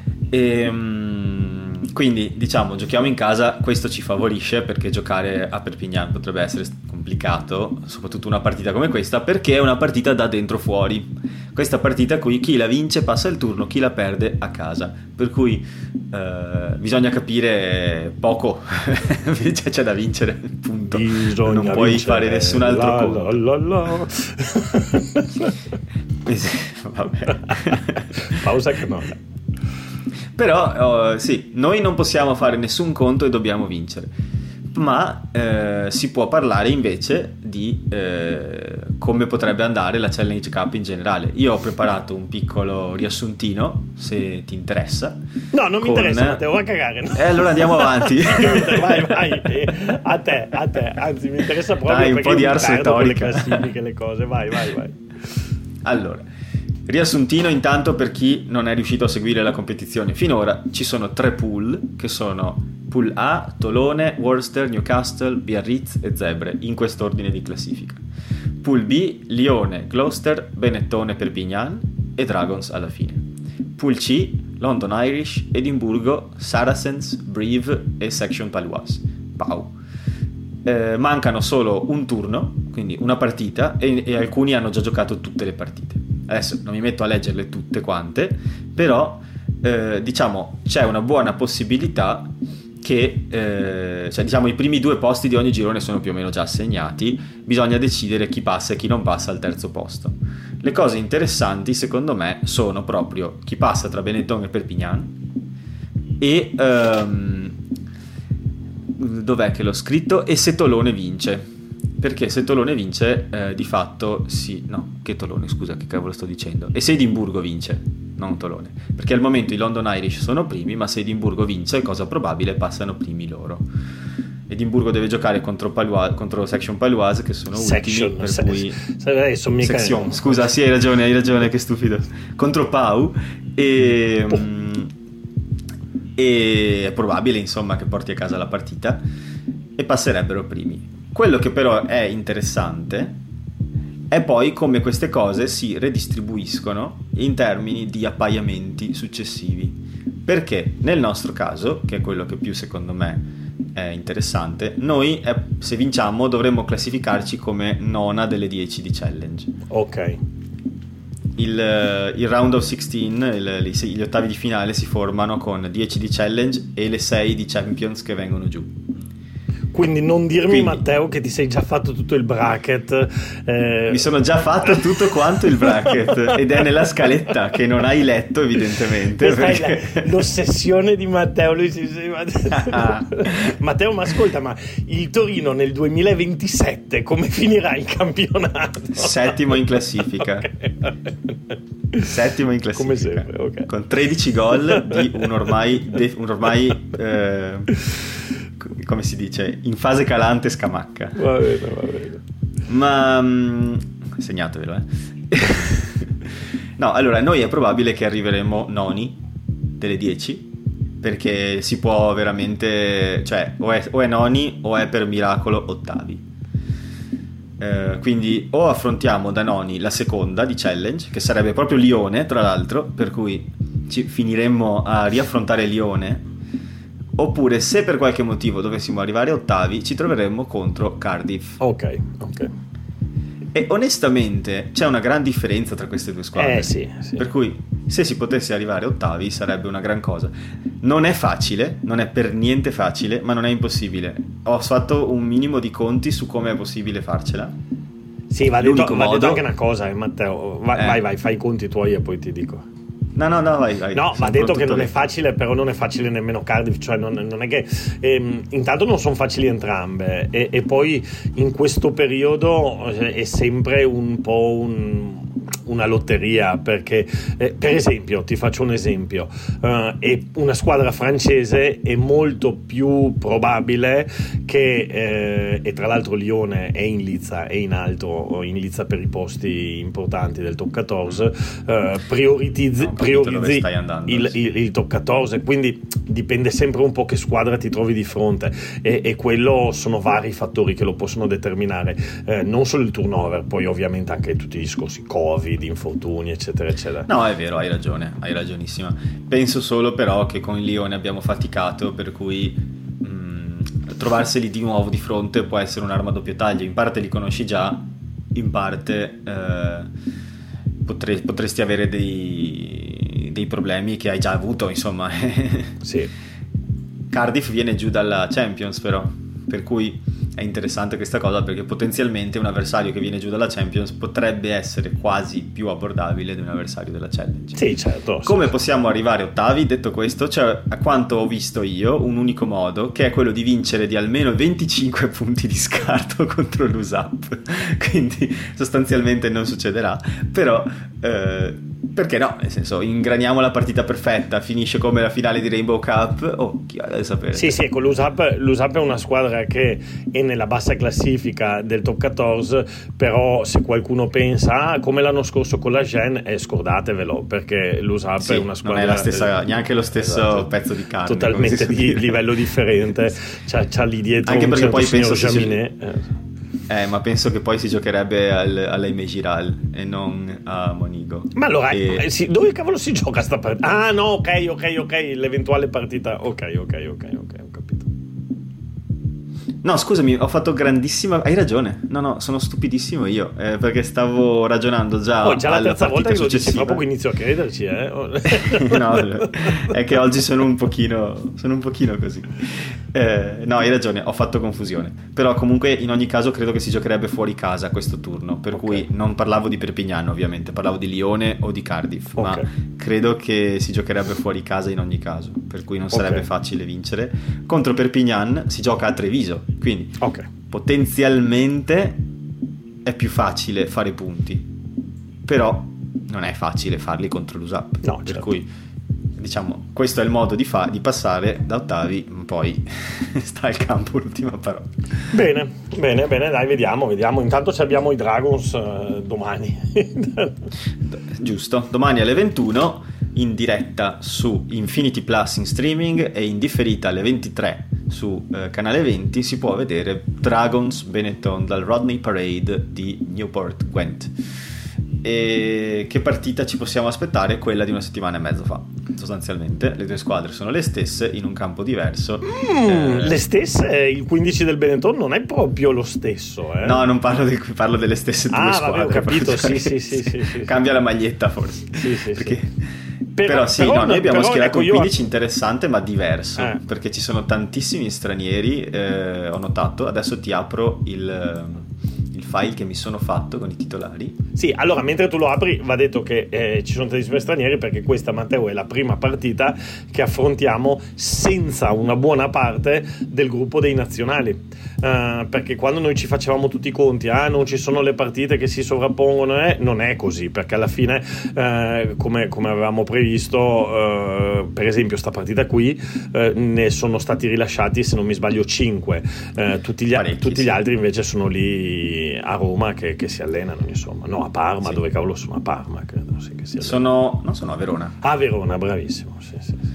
Quindi diciamo giochiamo in casa, questo ci favorisce perché giocare a Perpignan potrebbe essere complicato, soprattutto una partita come questa, perché è una partita da dentro fuori. Questa partita qui chi la vince passa il turno, chi la perde a casa, per cui bisogna capire poco. C'è da vincere, punto. Bisogna non puoi vincere. Fare nessun altro conto. Vabbè. Pausa che no. Però sì, noi non possiamo fare nessun conto e dobbiamo vincere, ma si può parlare invece di come potrebbe andare la Challenge Cup in generale. Io ho preparato un piccolo riassuntino, se ti interessa. No, non mi interessa, Matteo, va a cagare. No? Allora andiamo avanti. vai, a te, anzi mi interessa proprio. Dai, un po' di ars retorica. Le classifiche, le cose, vai. Allora, riassuntino intanto per chi non è riuscito a seguire la competizione. Finora ci sono 3 pool, che sono Pool A, Tolone, Worcester, Newcastle, Biarritz e Zebre, in quest'ordine di classifica. Pool B, Lione, Gloucester, Benettone, Perpignan e Dragons alla fine. Pool C, London Irish, Edimburgo, Saracens, Brive e Section Paloise. Pau. Mancano solo un turno, quindi una partita, e alcuni hanno già giocato tutte le partite. Adesso non mi metto a leggerle tutte quante, però diciamo c'è una buona possibilità che cioè diciamo i primi 2 posti di ogni girone sono più o meno già assegnati, bisogna decidere chi passa e chi non passa al terzo posto. Le cose interessanti secondo me sono proprio chi passa tra Benetton e Perpignan e dov'è che l'ho scritto, e se Tolone vince, perché se Tolone vince di fatto che Tolone, scusa, che cavolo sto dicendo, e se Edimburgo vince, non Tolone, perché al momento i London Irish sono primi, ma se Edimburgo vince, cosa probabile, passano primi loro. Edimburgo deve giocare contro Section Paloise, che sono ultimi, per cui Section, scusa, sì, hai ragione, che stupido, contro Pau, e è probabile insomma che porti a casa la partita e passerebbero primi. Quello che però è interessante è poi come queste cose si redistribuiscono in termini di appaiamenti successivi, perché nel nostro caso, che è quello che più secondo me è interessante, noi se vinciamo dovremmo classificarci come nona delle 10 di challenge. Ok. Il round of 16, gli ottavi di finale si formano con 10 di challenge e le 6 di champions che vengono giù. Quindi non dirmi, Matteo, che ti sei già fatto tutto il bracket. Mi sono già fatto tutto quanto il bracket ed è nella scaletta che non hai letto evidentemente. Perché... l'ossessione di Matteo. Matteo, ma ascolta, ma il Torino nel 2027 come finirà il campionato? Settimo in classifica. Okay. Settimo in classifica. Come sempre, okay. Con 13 gol di un ormai come si dice, in fase calante Scamacca. Va bene. Ma segnatevelo, No, allora noi è probabile che arriveremo noni delle 10, perché si può veramente, cioè o è noni o è per miracolo ottavi. Quindi o affrontiamo da noni la seconda di challenge, che sarebbe proprio Lione tra l'altro, per cui finiremmo a riaffrontare Lione, oppure se per qualche motivo dovessimo arrivare a ottavi ci troveremmo contro Cardiff. Ok. E onestamente c'è una gran differenza tra queste due squadre. Sì. Per cui se si potesse arrivare a ottavi sarebbe una gran cosa. Non è facile, non è per niente facile, ma non è impossibile. Ho fatto un minimo di conti su come è possibile farcela. Sì, va detto anche una cosa, Matteo. Vai, fai i conti tuoi e poi ti dico. No, vai. No, ma ha detto che non è facile, però non è facile nemmeno Cardiff, cioè non è che intanto non sono facili entrambe e poi in questo periodo è sempre un po' una lotteria, perché per esempio, ti faccio un esempio, è una squadra francese è molto più probabile che e tra l'altro Lione è in lizza, è in alto in lizza per i posti importanti del top 14, priorizzi il top 14, quindi dipende sempre un po' che squadra ti trovi di fronte, e quello sono vari fattori che lo possono determinare, non solo il turnover, poi ovviamente anche tutti i discorsi Covid, infortuni, eccetera eccetera. No, è vero, hai ragionissima. Penso solo però che con il Lione abbiamo faticato, per cui trovarseli di nuovo di fronte può essere un'arma a doppio taglio. In parte li conosci già, in parte potresti avere dei problemi che hai già avuto, insomma. Sì. Cardiff viene giù dalla Champions però, per cui è interessante questa cosa, perché potenzialmente un avversario che viene giù dalla Champions potrebbe essere quasi più abbordabile di un avversario della Challenge. Sì, certo. Come possiamo arrivare ottavi? Detto questo, c'è, a quanto ho visto io, un unico modo, che è quello di vincere di almeno 25 punti di scarto contro l'USAP. Quindi sostanzialmente non succederà, però perché no? Nel senso, ingraniamo la partita perfetta, finisce come la finale di Rainbow Cup, chi ha da sapere? Sì, ecco, l'USAP è una squadra che è nella bassa classifica del top 14, però se qualcuno pensa come l'anno scorso con la Gen, scordatevelo, perché l'USAP è una squadra, non è la stessa, neanche lo stesso, esatto, pezzo di carne, totalmente di livello differente. c'ha lì dietro anche un perché certo poi signor penso Jaminet, ma penso che poi si giocherebbe all'Aimé Giral e non a Monigo. Ma allora dove cavolo si gioca sta partita? Ah no, ok, l'eventuale partita, ok, ho capito. No, scusami, ho fatto grandissima. Hai ragione. No, sono stupidissimo io. Perché stavo ragionando già. Già la terza volta che lo dici, fra poco inizio a crederci, No, è che oggi sono un pochino così. No, hai ragione, ho fatto confusione. Però comunque in ogni caso credo che si giocherebbe fuori casa questo turno. Per cui non parlavo di Perpignan, ovviamente, parlavo di Lione o di Cardiff. Ma credo che si giocherebbe fuori casa in ogni caso. Per cui non sarebbe facile vincere. Contro Perpignan si gioca a Treviso. Quindi potenzialmente è più facile fare punti, però non è facile farli contro l'USAP, no, per cui diciamo questo è il modo di passare da ottavi, poi sta al campo l'ultima parola. Bene, dai, vediamo. Intanto abbiamo i Dragons domani. Giusto, domani alle 21 in diretta su Infinity Plus in streaming, e in differita alle 23 su canale 20 si può vedere Dragons Benetton dal Rodney Parade di Newport Gwent. E che partita ci possiamo aspettare? Quella di una settimana e mezzo fa, sostanzialmente. Le due squadre sono le stesse in un campo diverso. Le stesse? Il 15 del Benetton non è proprio lo stesso, No, non parlo delle stesse due squadre. Vabbè, ho capito, sì. Cambia la maglietta forse. Sì. Perché... Però noi abbiamo schierato un 15 interessante ma diverso, perché ci sono tantissimi stranieri, ho notato. Adesso ti apro il file che mi sono fatto con i titolari. Sì, allora mentre tu lo apri va detto che ci sono tantissimi stranieri, perché questa, Matteo, è la prima partita che affrontiamo senza una buona parte del gruppo dei nazionali, perché quando noi ci facevamo tutti i conti, non ci sono le partite che si sovrappongono, non è così, perché alla fine come avevamo previsto, per esempio sta partita qui ne sono stati rilasciati, se non mi sbaglio, 5, tutti gli altri invece sono lì a Roma che si allenano, insomma, no, a Parma, sì. Dove cavolo sono? A Parma, credo, sì, che si allenano. Sono a Verona. A Verona, bravissimo, sì.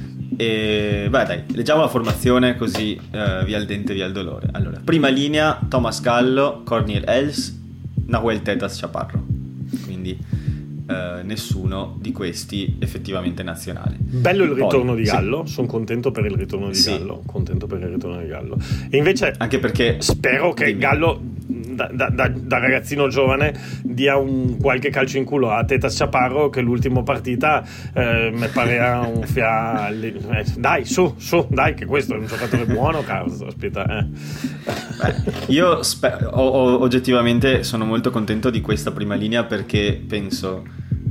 E dai, leggiamo la formazione così via il dente, via il dolore. Allora, prima linea: Thomas Gallo, Corniel Els, Nahuel Tetas Chaparro. Quindi nessuno di questi effettivamente nazionale. Bello il ritorno di Gallo, sono contento per il ritorno di Gallo, e invece anche perché spero che Gallo da ragazzino giovane dia un qualche calcio in culo a Tetas Chaparro, che l'ultima partita mi parea un dai su dai, che questo è un giocatore buono, cazzo, aspetta. Io oggettivamente sono molto contento di questa prima linea, perché penso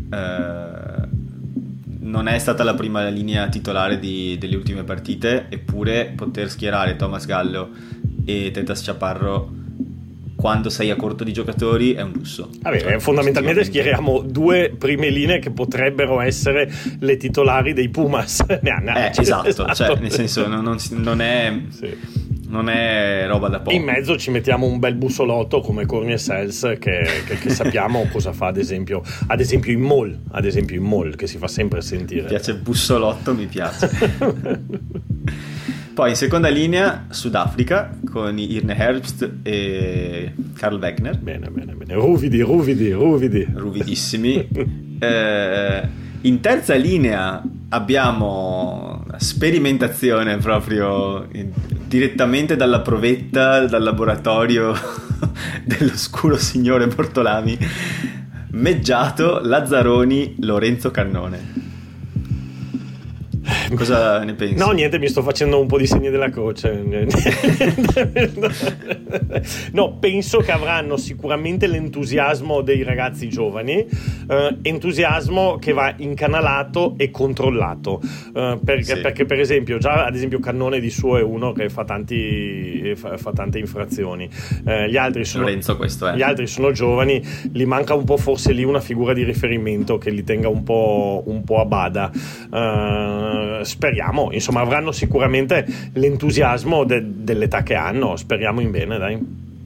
non è stata la prima linea titolare delle ultime partite, eppure poter schierare Thomas Gallo e Tetas Chaparro quando sei a corto di giocatori è un lusso. Vabbè, fondamentalmente schieriamo due prime linee che potrebbero essere le titolari dei Pumas. Esatto, cioè, nel senso non è... Sì. Non è roba da poco. In mezzo ci mettiamo un bel bussolotto come Cormier Sels che sappiamo cosa fa ad esempio in mall, che si fa sempre sentire. Mi piace il bussolotto, mi piace. Poi in seconda linea Sudafrica con Irne Herbst e Karl Wegner. Bene. Ruvidissimi. In terza linea abbiamo sperimentazione proprio direttamente dalla provetta, dal laboratorio dell'oscuro signore Bortolami, Meggiato, Lazzaroni, Lorenzo Cannone. Cosa ne pensi? No, niente, mi sto facendo un po' di segni della croce. No, penso che avranno sicuramente l'entusiasmo dei ragazzi giovani, entusiasmo che va incanalato e controllato, perché per esempio già ad esempio Cannone di suo è uno che fa tante infrazioni, gli altri sono Lorenzo, questo è. Gli altri sono giovani, gli manca un po' forse lì una figura di riferimento che li tenga un po' a bada. Speriamo, insomma, avranno sicuramente l'entusiasmo dell'età che hanno, speriamo in bene, dai.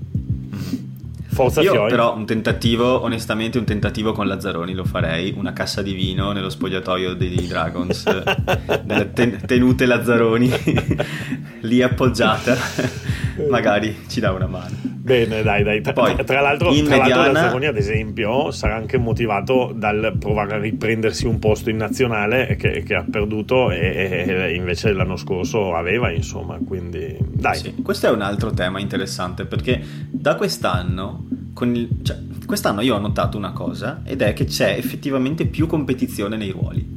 Forza Io Fioi. Però onestamente un tentativo con Lazzaroni lo farei, una cassa di vino nello spogliatoio dei Dragons, nelle tenute Lazzaroni lì appoggiata, magari ci dà una mano. Bene, dai. Poi, tra l'altro mediana... Lazzaroni ad esempio sarà anche motivato dal provare a riprendersi un posto in nazionale che ha perduto e invece l'anno scorso aveva, insomma, quindi dai. Sì, questo è un altro tema interessante, perché da quest'anno quest'anno io ho notato una cosa, ed è che c'è effettivamente più competizione nei ruoli.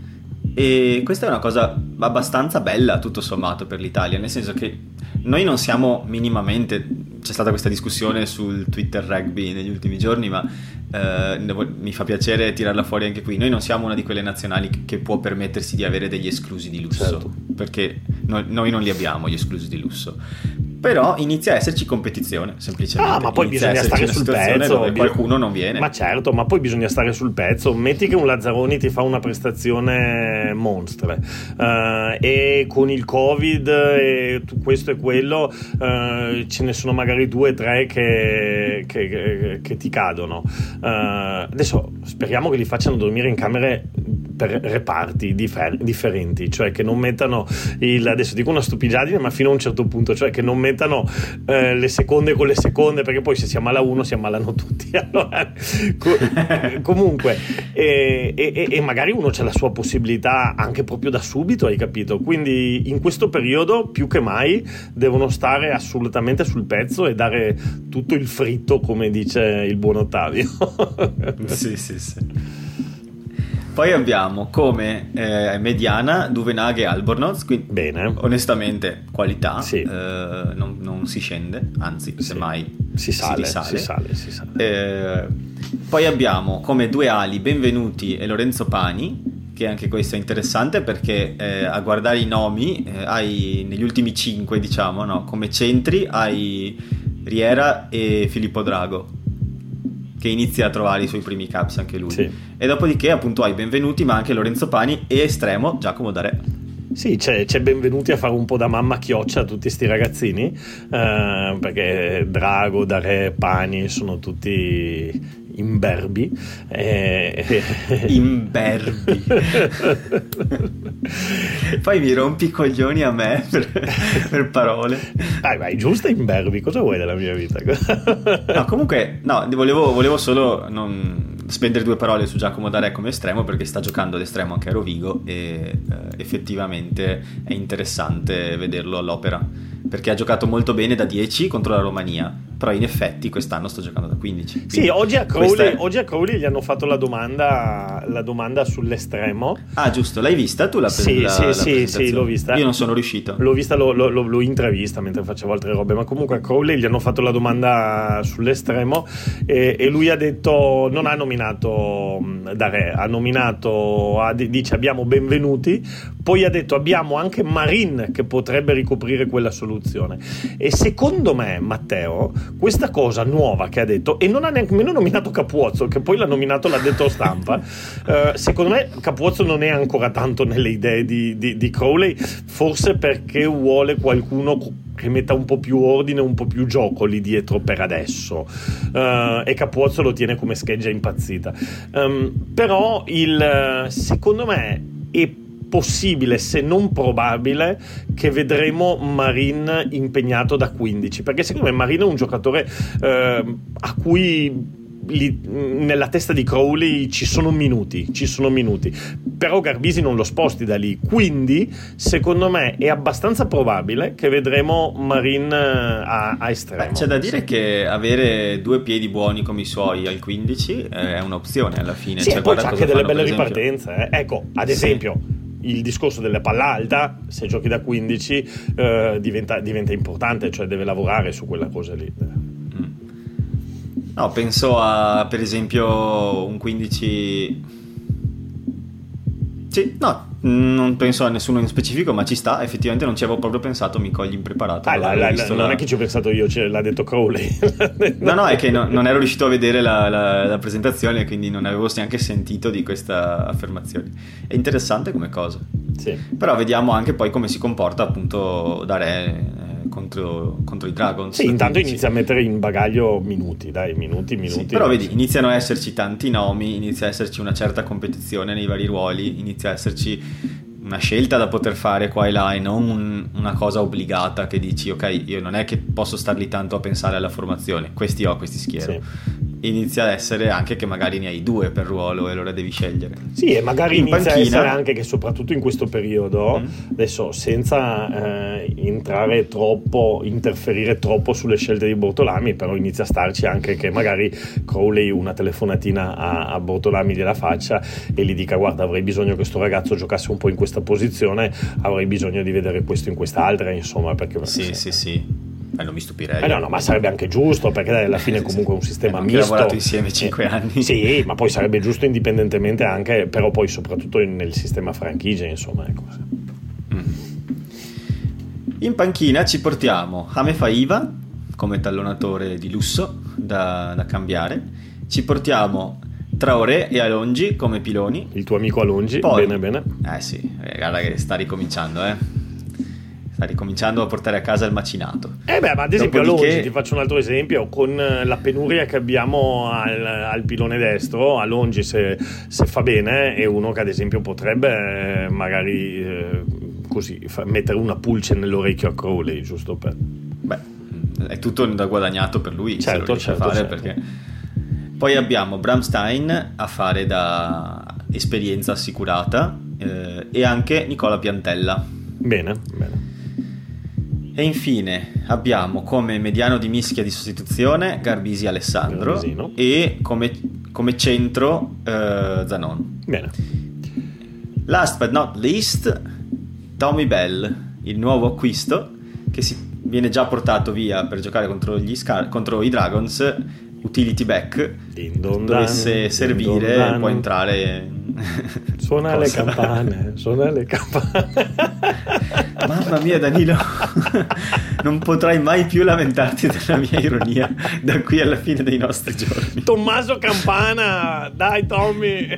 E questa è una cosa abbastanza bella tutto sommato per l'Italia, nel senso che noi non siamo minimamente, c'è stata questa discussione sul Twitter rugby negli ultimi giorni, ma mi fa piacere tirarla fuori anche qui. Noi non siamo una di quelle nazionali che può permettersi di avere degli esclusi di lusso, certo, perché noi non li abbiamo gli esclusi di lusso. Però inizia a esserci competizione, semplicemente. Ma poi bisogna stare sul pezzo. Qualcuno non viene. Ma certo, ma poi bisogna stare sul pezzo. Metti che un Lazzaroni ti fa una prestazione monstre, e con il Covid e questo e quello, ce ne sono magari 2 o 3 che ti cadono. Adesso speriamo che li facciano dormire in camere per reparti differenti, cioè che non mettano adesso dico una stupidaggine, ma fino a un certo punto, cioè che non mettano le seconde con le seconde, perché poi se si ammala uno si ammalano tutti. Allora, comunque e magari uno c'ha la sua possibilità anche proprio da subito, hai capito? Quindi in questo periodo più che mai devono stare assolutamente sul pezzo e dare tutto il fritto, come dice il buon Ottavio. Sì. Poi abbiamo come mediana Duvenag e Albornoz, quindi bene, onestamente qualità, sì. Non si scende, anzi sì, semmai si sale. Poi abbiamo come 2 ali Benvenuti e Lorenzo Pani, che anche questo è interessante perché a guardare i nomi hai negli ultimi 5, diciamo, no, come centri hai Riera e Filippo Drago, che inizia a trovare i suoi primi caps anche lui, sì. E dopodiché appunto hai Benvenuti ma anche Lorenzo Pani e estremo Giacomo Darè. Sì, c'è Benvenuti a fare un po' da mamma chioccia a tutti sti ragazzini, perché Drago, Darè, Pani sono tutti imberbi. Imberbi. Poi mi rompi i coglioni a me per parole. Vai, giusto, imberbi, cosa vuoi dalla mia vita? No, comunque, no, volevo solo non spendere 2 parole su Giacomo Darè come estremo, perché sta giocando ad estremo anche a Rovigo e effettivamente è interessante vederlo all'opera, perché ha giocato molto bene da 10 contro la Romania, però in effetti quest'anno sto giocando da 15. Sì, oggi a Crowley gli hanno fatto la domanda sull'estremo. Ah, giusto, l'hai vista tu sì, l'ho vista. Io non sono riuscito. L'ho vista, l'ho intravista mentre facevo altre robe, ma comunque a Crowley gli hanno fatto la domanda sull'estremo e lui ha detto, non ha nominato Darè, ha nominato, dice abbiamo Benvenuti, poi ha detto abbiamo anche Marin che potrebbe ricoprire quella soluzione. E secondo me, Matteo, questa cosa nuova che ha detto, e non ha nemmeno nominato Capuzzo, che poi l'ha nominato l'addetto stampa. Secondo me Capuzzo non è ancora tanto nelle idee di Crowley, forse perché vuole qualcuno che metta un po' più ordine, un po' più gioco lì dietro per adesso, e Capuzzo lo tiene come scheggia impazzita. Però secondo me è possibile, se non probabile, che vedremo Marin impegnato da 15, perché secondo me Marin è un giocatore a cui nella testa di Crowley ci sono minuti, però Garbisi non lo sposti da lì, quindi secondo me è abbastanza probabile che vedremo Marin a estremo. C'è da dire che avere 2 piedi buoni come i suoi al 15 è un'opzione alla fine. Sì, cioè, poi c'è anche delle fanno, belle ripartenze, ecco, ad esempio il discorso della palla alta, se giochi da 15 diventa importante, cioè deve lavorare su quella cosa lì. No, penso a, per esempio, un 15. Sì, no, non penso a nessuno in specifico, ma ci sta, effettivamente non ci avevo proprio pensato, mi cogli impreparato. Non è che ci ho pensato io, l'ha detto Crowley. No, è che non ero riuscito a vedere la presentazione, quindi non avevo neanche sentito di questa affermazione. È interessante come cosa. Sì. Però vediamo anche poi come si comporta appunto da re contro i Dragons. Sì, intanto inizia a mettere in bagaglio minuti. Sì, però vedi, iniziano a esserci tanti nomi, inizia a esserci una certa competizione nei vari ruoli, inizia a esserci una scelta da poter fare qua e là, e non una cosa obbligata che dici ok, io non è che posso star lì tanto a pensare alla formazione, questi schiero. Sì. Inizia ad essere anche che magari ne hai 2 per ruolo e allora devi scegliere. Sì, e magari inizia a essere anche che soprattutto in questo periodo, adesso senza interferire troppo sulle scelte di Bortolami, però inizia a starci anche che magari Crowley una telefonatina a Bortolami gliela faccia e gli dica guarda, avrei bisogno che sto ragazzo giocasse un po' in questa posizione, avrei bisogno di vedere questo in quest'altra, insomma, perché sì. Non mi stupirei. No, ma sarebbe anche giusto, perché alla fine comunque è un sistema misto. Abbiamo lavorato insieme 5 anni. Sì, ma poi sarebbe giusto indipendentemente anche, però poi soprattutto nel sistema franchigia, insomma, ecco. In panchina ci portiamo Hame Faiva come tallonatore di lusso da cambiare. Ci portiamo Traoré e Alongi come piloni. Il tuo amico Alongi, poi, bene. Sì, guarda che sta ricominciando, sta ricominciando a portare a casa il macinato. Ma ad esempio Alongi, ti faccio un altro esempio, con la penuria che abbiamo al pilone destro, Alongi se fa bene è uno che ad esempio potrebbe magari così mettere una pulce nell'orecchio a Crowley, giusto per... è tutto da guadagnato per lui, certo. Perché poi abbiamo Bramstein a fare da esperienza assicurata, e anche Nicola Piantella. Bene. E infine abbiamo come mediano di mischia di sostituzione Garbisi Alessandro. Garbisino. E come centro Zanon. Bene. Last but not least Tommy Bell, il nuovo acquisto che viene già portato via per giocare contro i Dragons, utility back. Dovesse servire può entrare. Suona le campane. Mamma mia Danilo, non potrai mai più lamentarti della mia ironia da qui alla fine dei nostri giorni. Tommaso Campana, dai Tommy.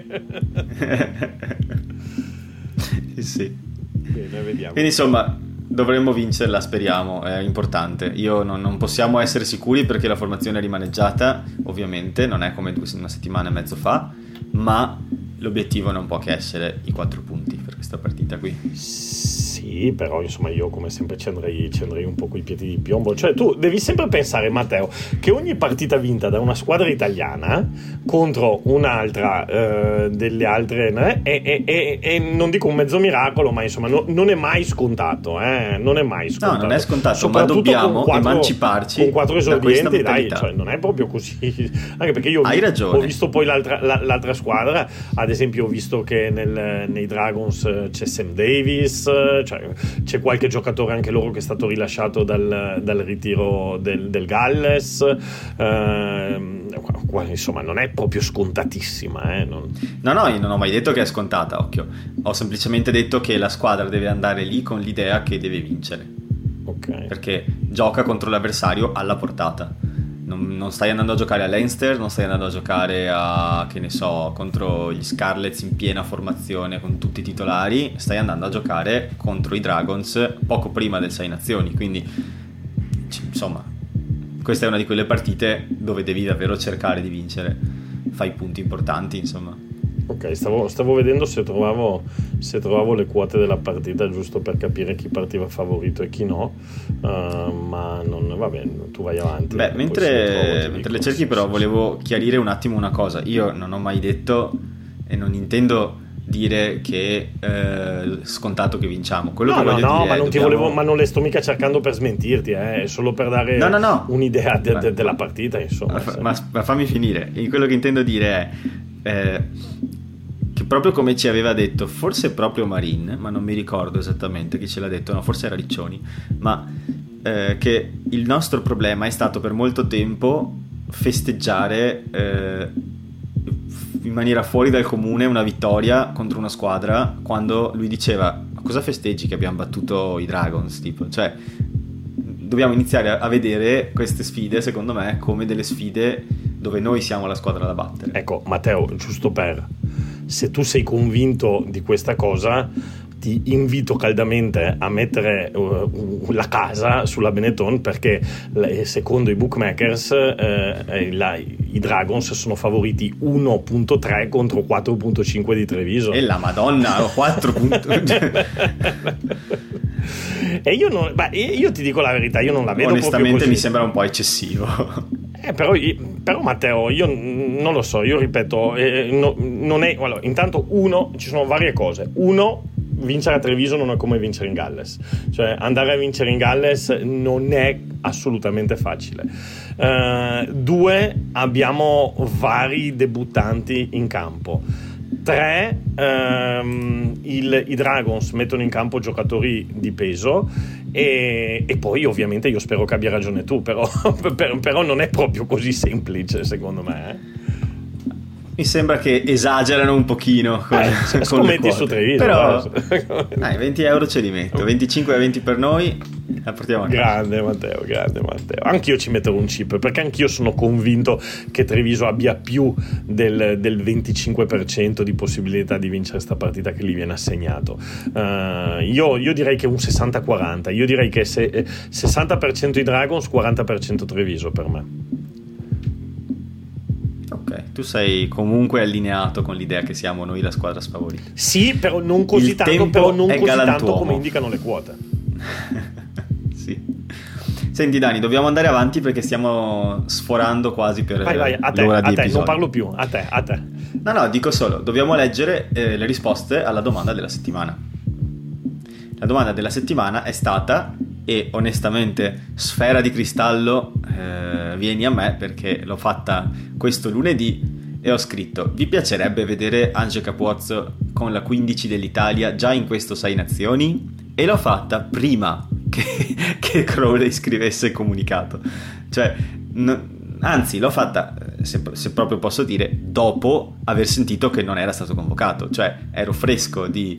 Sì. Bene, vediamo. Quindi insomma dovremmo vincerla, speriamo, è importante. Non possiamo essere sicuri perché la formazione è rimaneggiata, ovviamente non è come una settimana e mezzo fa, ma l'obiettivo non può che essere i 4 punti per questa partita qui. Sì, però insomma io come sempre ci andrei un po' coi piedi di piombo. Cioè tu devi sempre pensare, Matteo, che ogni partita vinta da una squadra italiana contro un'altra delle altre e non dico un mezzo miracolo, ma insomma non è mai scontato, non è mai scontato. No, non è scontato, ma dobbiamo emanciparci con 4 esordienti, dai, cioè, non è proprio così. Anche perché io ho visto poi l'altra squadra, ad esempio ho visto che nei Dragons c'è Sam Davis, cioè c'è qualche giocatore anche loro che è stato rilasciato dal ritiro del Galles, insomma non è proprio scontatissima, No, io non ho mai detto che è scontata, occhio, ho semplicemente detto che la squadra deve andare lì con l'idea che deve vincere, okay, perché gioca contro l'avversario alla portata, non stai andando a giocare a Leinster, non stai andando a giocare a, che ne so, contro gli Scarlets in piena formazione con tutti i titolari, stai andando a giocare contro i Dragons poco prima del Sei Nazioni, quindi insomma questa è una di quelle partite dove devi davvero cercare di vincere, fai punti importanti, insomma. Ok, stavo vedendo se trovavo le quote della partita, giusto per capire chi partiva favorito e chi no, ma non va bene, tu vai avanti. Beh, mentre le cerchi, però volevo chiarire un attimo una cosa. Io non ho mai detto e non intendo dire che scontato che vinciamo. Quello che voglio dire ma non ti volevo, ma non le sto mica cercando per smentirti, è solo per dare un'idea della partita, insomma. Ma fammi finire. Quello che intendo dire è che proprio come ci aveva detto, forse proprio Marin, ma non mi ricordo esattamente chi ce l'ha detto, no, forse era Riccioni, ma che il nostro problema è stato per molto tempo festeggiare in maniera fuori dal comune una vittoria contro una squadra, quando lui diceva: ma cosa festeggi che abbiamo battuto i Dragons? Tipo, cioè, dobbiamo iniziare a vedere queste sfide, secondo me, come delle sfide dove noi siamo la squadra da battere. Ecco, Matteo, giusto se tu sei convinto di questa cosa, ti invito caldamente a mettere la casa sulla Benetton, perché secondo i bookmakers i Dragons sono favoriti 1.3 contro 4.5 di Treviso. E la Madonna, 4 punti. E io ti dico la verità, io non la vedo onestamente proprio così. Mi sembra un po' eccessivo. Però Matteo, io non lo so, io ripeto, non è, allora, intanto ci sono varie cose. Vincere a Treviso non è come vincere in Galles, cioè andare a vincere in Galles non è assolutamente facile. 2, abbiamo vari debuttanti in campo. 3, i Dragons mettono in campo giocatori di peso, e poi ovviamente io spero che abbia ragione tu, però non è proprio così semplice, secondo me. Mi sembra che esagerano un pochino con scommetti su Treviso, però 20 euro ce li metto, 25 e 20 per noi, la portiamo a casa. Grande Matteo. Anch'io ci metterò un chip, perché anch'io sono convinto che Treviso abbia più del 25% di possibilità di vincere sta partita che gli viene assegnato. Io direi che un 60-40, io direi che 60% i Dragons, 40% Treviso per me. Ok, tu sei comunque allineato con l'idea che siamo noi la squadra sfavorita. Sì, però non così tanto come indicano le quote. Sì. Senti Dani, dobbiamo andare avanti perché stiamo sforando quasi per vai, a te, l'ora di episodio. Non parlo più, a te. No, dico solo, dobbiamo leggere le risposte alla domanda della settimana. La domanda della settimana è stata, e onestamente sfera di cristallo, vieni a me, perché l'ho fatta questo lunedì e ho scritto: vi piacerebbe vedere Ange Capuozzo con la 15 dell'Italia già in questo Sei Nazioni? E l'ho fatta prima che Crowley scrivesse il comunicato, cioè anzi l'ho fatta, se proprio posso dire, dopo aver sentito che non era stato convocato, cioè ero fresco di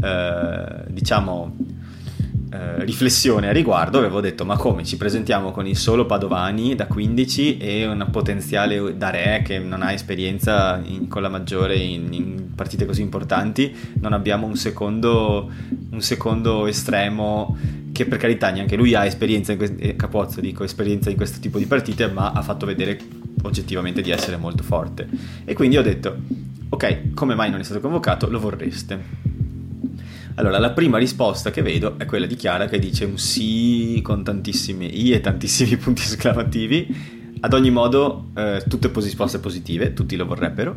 riflessione a riguardo. Avevo detto: ma come ci presentiamo con il solo Padovani da 15 e una potenziale da re che non ha esperienza con la maggiore in partite così importanti, non abbiamo un secondo estremo che, per carità, neanche lui ha esperienza Capozzo, dico, esperienza in questo tipo di partite, ma ha fatto vedere oggettivamente di essere molto forte. E quindi ho detto: ok, come mai non è stato convocato? Lo vorreste? Allora, la prima risposta che vedo è quella di Chiara, che dice un sì con tantissimi i e tantissimi punti esclamativi. Ad ogni modo, tutte risposte positive, tutti lo vorrebbero.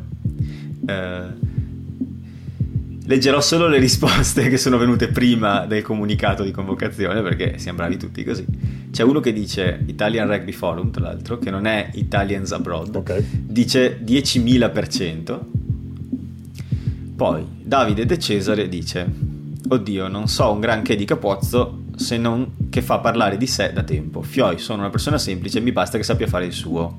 Leggerò solo le risposte che sono venute prima del comunicato di convocazione, perché siamo bravi tutti così. C'è uno che dice Italian Rugby Forum, tra l'altro, che non è Italians Abroad, okay. Dice 10.000%. Poi Davide De Cesare dice: oddio, non so un granché di Capozzo, se non che fa parlare di sé da tempo. Fioi, sono una persona semplice, mi basta che sappia fare il suo.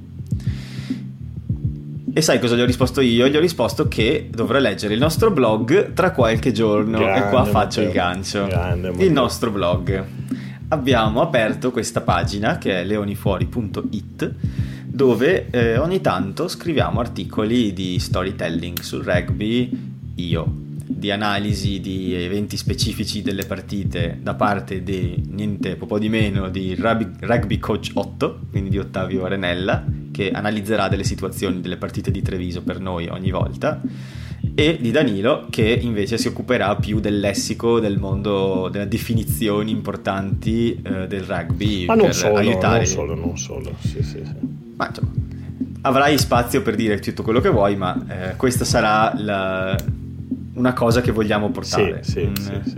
E sai cosa gli ho risposto io? Gli ho risposto che dovrà leggere il nostro blog tra qualche giorno. Grande, e qua faccio Matteo. Il gancio. Grande, il nostro blog. Abbiamo aperto questa pagina che è leonifuori.it, dove ogni tanto scriviamo articoli di storytelling sul rugby, di analisi di eventi specifici delle partite da parte di niente po' di meno di Rugby Coach 8, quindi di Ottavio Arenella, che analizzerà delle situazioni delle partite di Treviso per noi ogni volta, e di Danilo, che invece si occuperà più del lessico, del mondo, delle definizioni importanti del rugby, ma non per solo, aiutare. Non solo. Sì. Ma insomma, avrai spazio per dire tutto quello che vuoi, ma questa sarà una cosa che vogliamo portare. Sì.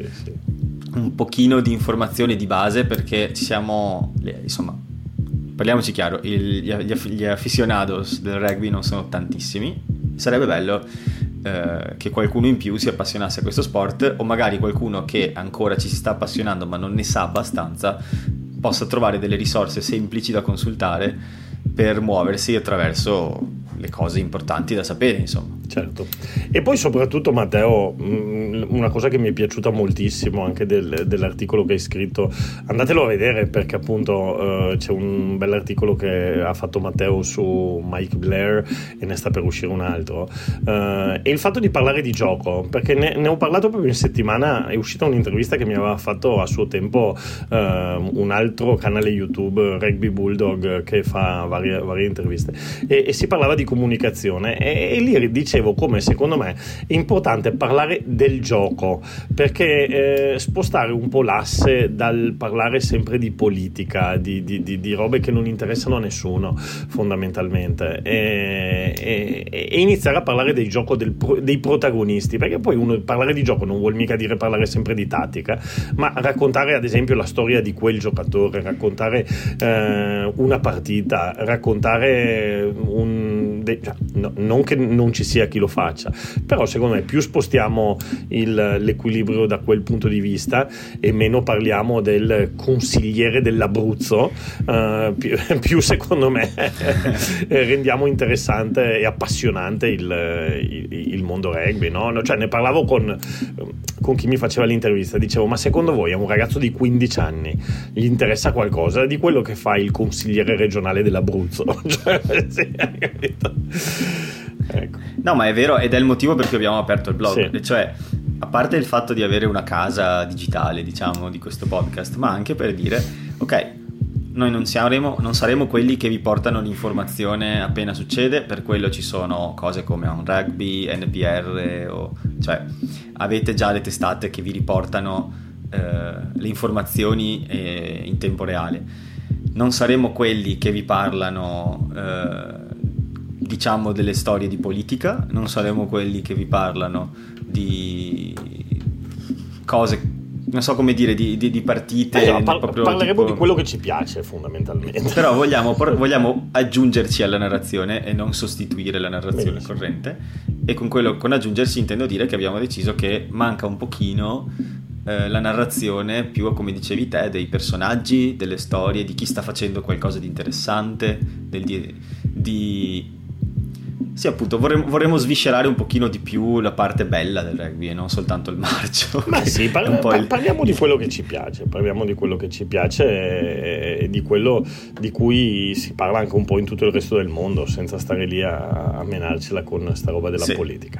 Un pochino di informazione di base, perché insomma, parliamoci chiaro, gli aficionados del rugby non sono tantissimi. Sarebbe bello che qualcuno in più si appassionasse a questo sport, o magari qualcuno che ancora ci si sta appassionando ma non ne sa abbastanza possa trovare delle risorse semplici da consultare per muoversi attraverso le cose importanti da sapere, insomma. Certo. E poi soprattutto, Matteo, una cosa che mi è piaciuta moltissimo anche dell'articolo che hai scritto, andatelo a vedere, perché appunto c'è un bell'articolo che ha fatto Matteo su Mike Blair e ne sta per uscire un altro, e il fatto di parlare di gioco, perché ne ho parlato proprio in settimana. È uscita un'intervista che mi aveva fatto a suo tempo un altro canale YouTube, Rugby Bulldog, che fa varie interviste, e si parlava di comunicazione, e lì dicevo come secondo me è importante parlare del gioco, perché spostare un po' l'asse dal parlare sempre di politica, di robe che non interessano a nessuno fondamentalmente, e iniziare a parlare del gioco, dei protagonisti, perché poi uno parlare di gioco non vuol mica dire parlare sempre di tattica, ma raccontare ad esempio la storia di quel giocatore, raccontare una partita, raccontare non che non ci sia chi lo faccia, però secondo me più spostiamo l'equilibrio da quel punto di vista e meno parliamo del consigliere dell'Abruzzo, più secondo me rendiamo interessante e appassionante il mondo rugby, no? Cioè, ne parlavo con chi mi faceva l'intervista, dicevo: ma secondo voi a un ragazzo di 15 anni gli interessa qualcosa di quello che fa il consigliere regionale dell'Abruzzo? Cioè, sì, hai capito? Ecco. No, ma è vero, ed è il motivo per cui abbiamo aperto il blog, sì. Cioè, a parte il fatto di avere una casa digitale, diciamo, di questo podcast, ma anche per dire: ok, noi non saremo quelli che vi portano l'informazione appena succede, per quello ci sono cose come On Rugby, NPR, cioè avete già le testate che vi riportano le informazioni in tempo reale. Non saremo quelli che vi parlano diciamo delle storie di politica, non saremo quelli che vi parlano di cose, non so come dire, di partite, parleremo di quello che ci piace fondamentalmente, però vogliamo aggiungerci alla narrazione e non sostituire la narrazione Benissimo. corrente, e con aggiungersi intendo dire che abbiamo deciso che manca un pochino la narrazione più, come dicevi te, dei personaggi, delle storie, di chi sta facendo qualcosa di interessante, sì, appunto, vorremmo sviscerare un pochino di più la parte bella del rugby e non soltanto il marcio. Ma sì, parliamo di quello che ci piace, e di quello di cui si parla anche un po' in tutto il resto del mondo, senza stare lì a menarcela con sta roba della politica.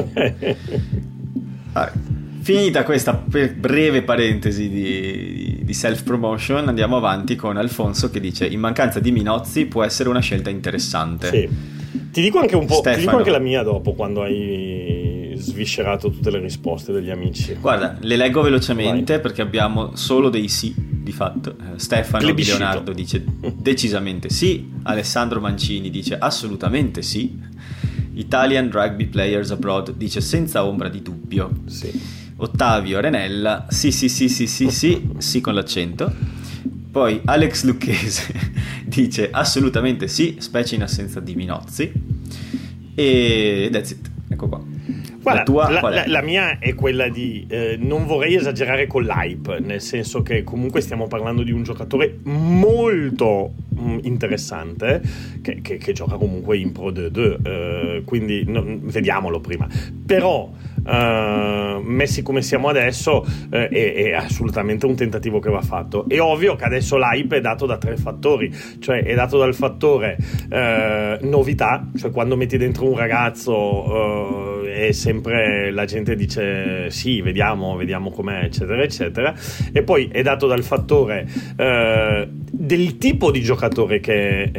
Finita questa breve parentesi di self-promotion, andiamo avanti con Alfonso che dice: in mancanza di Minozzi può essere una scelta interessante. Sì. Ti dico anche un po', Stefano. ti dico anche la mia dopo, quando hai sviscerato tutte le risposte degli amici. Guarda, le leggo velocemente. Vai. Perché abbiamo solo dei sì, di fatto. Stefano Plebiscito. Di Leonardo dice decisamente sì. Alessandro Mancini dice assolutamente sì. Italian Rugby Players Abroad dice senza ombra di dubbio. Sì. Ottavio Arenella sì con l'accento. Poi Alex Lucchese dice assolutamente sì, specie in assenza di Minozzi. E that's it, ecco qua. Guarda, la tua qual è? La mia è quella di non vorrei esagerare con l'hype, nel senso che comunque stiamo parlando di un giocatore molto interessante che gioca comunque in Pro 2, quindi vediamolo prima. Però messi come siamo adesso, è assolutamente un tentativo che va fatto. È ovvio che adesso l'hype è dato da 3 fattori, cioè è dato dal fattore novità, cioè quando metti dentro un ragazzo è sempre, la gente dice sì, vediamo com'è, eccetera eccetera, e poi è dato dal fattore del tipo di giocatore che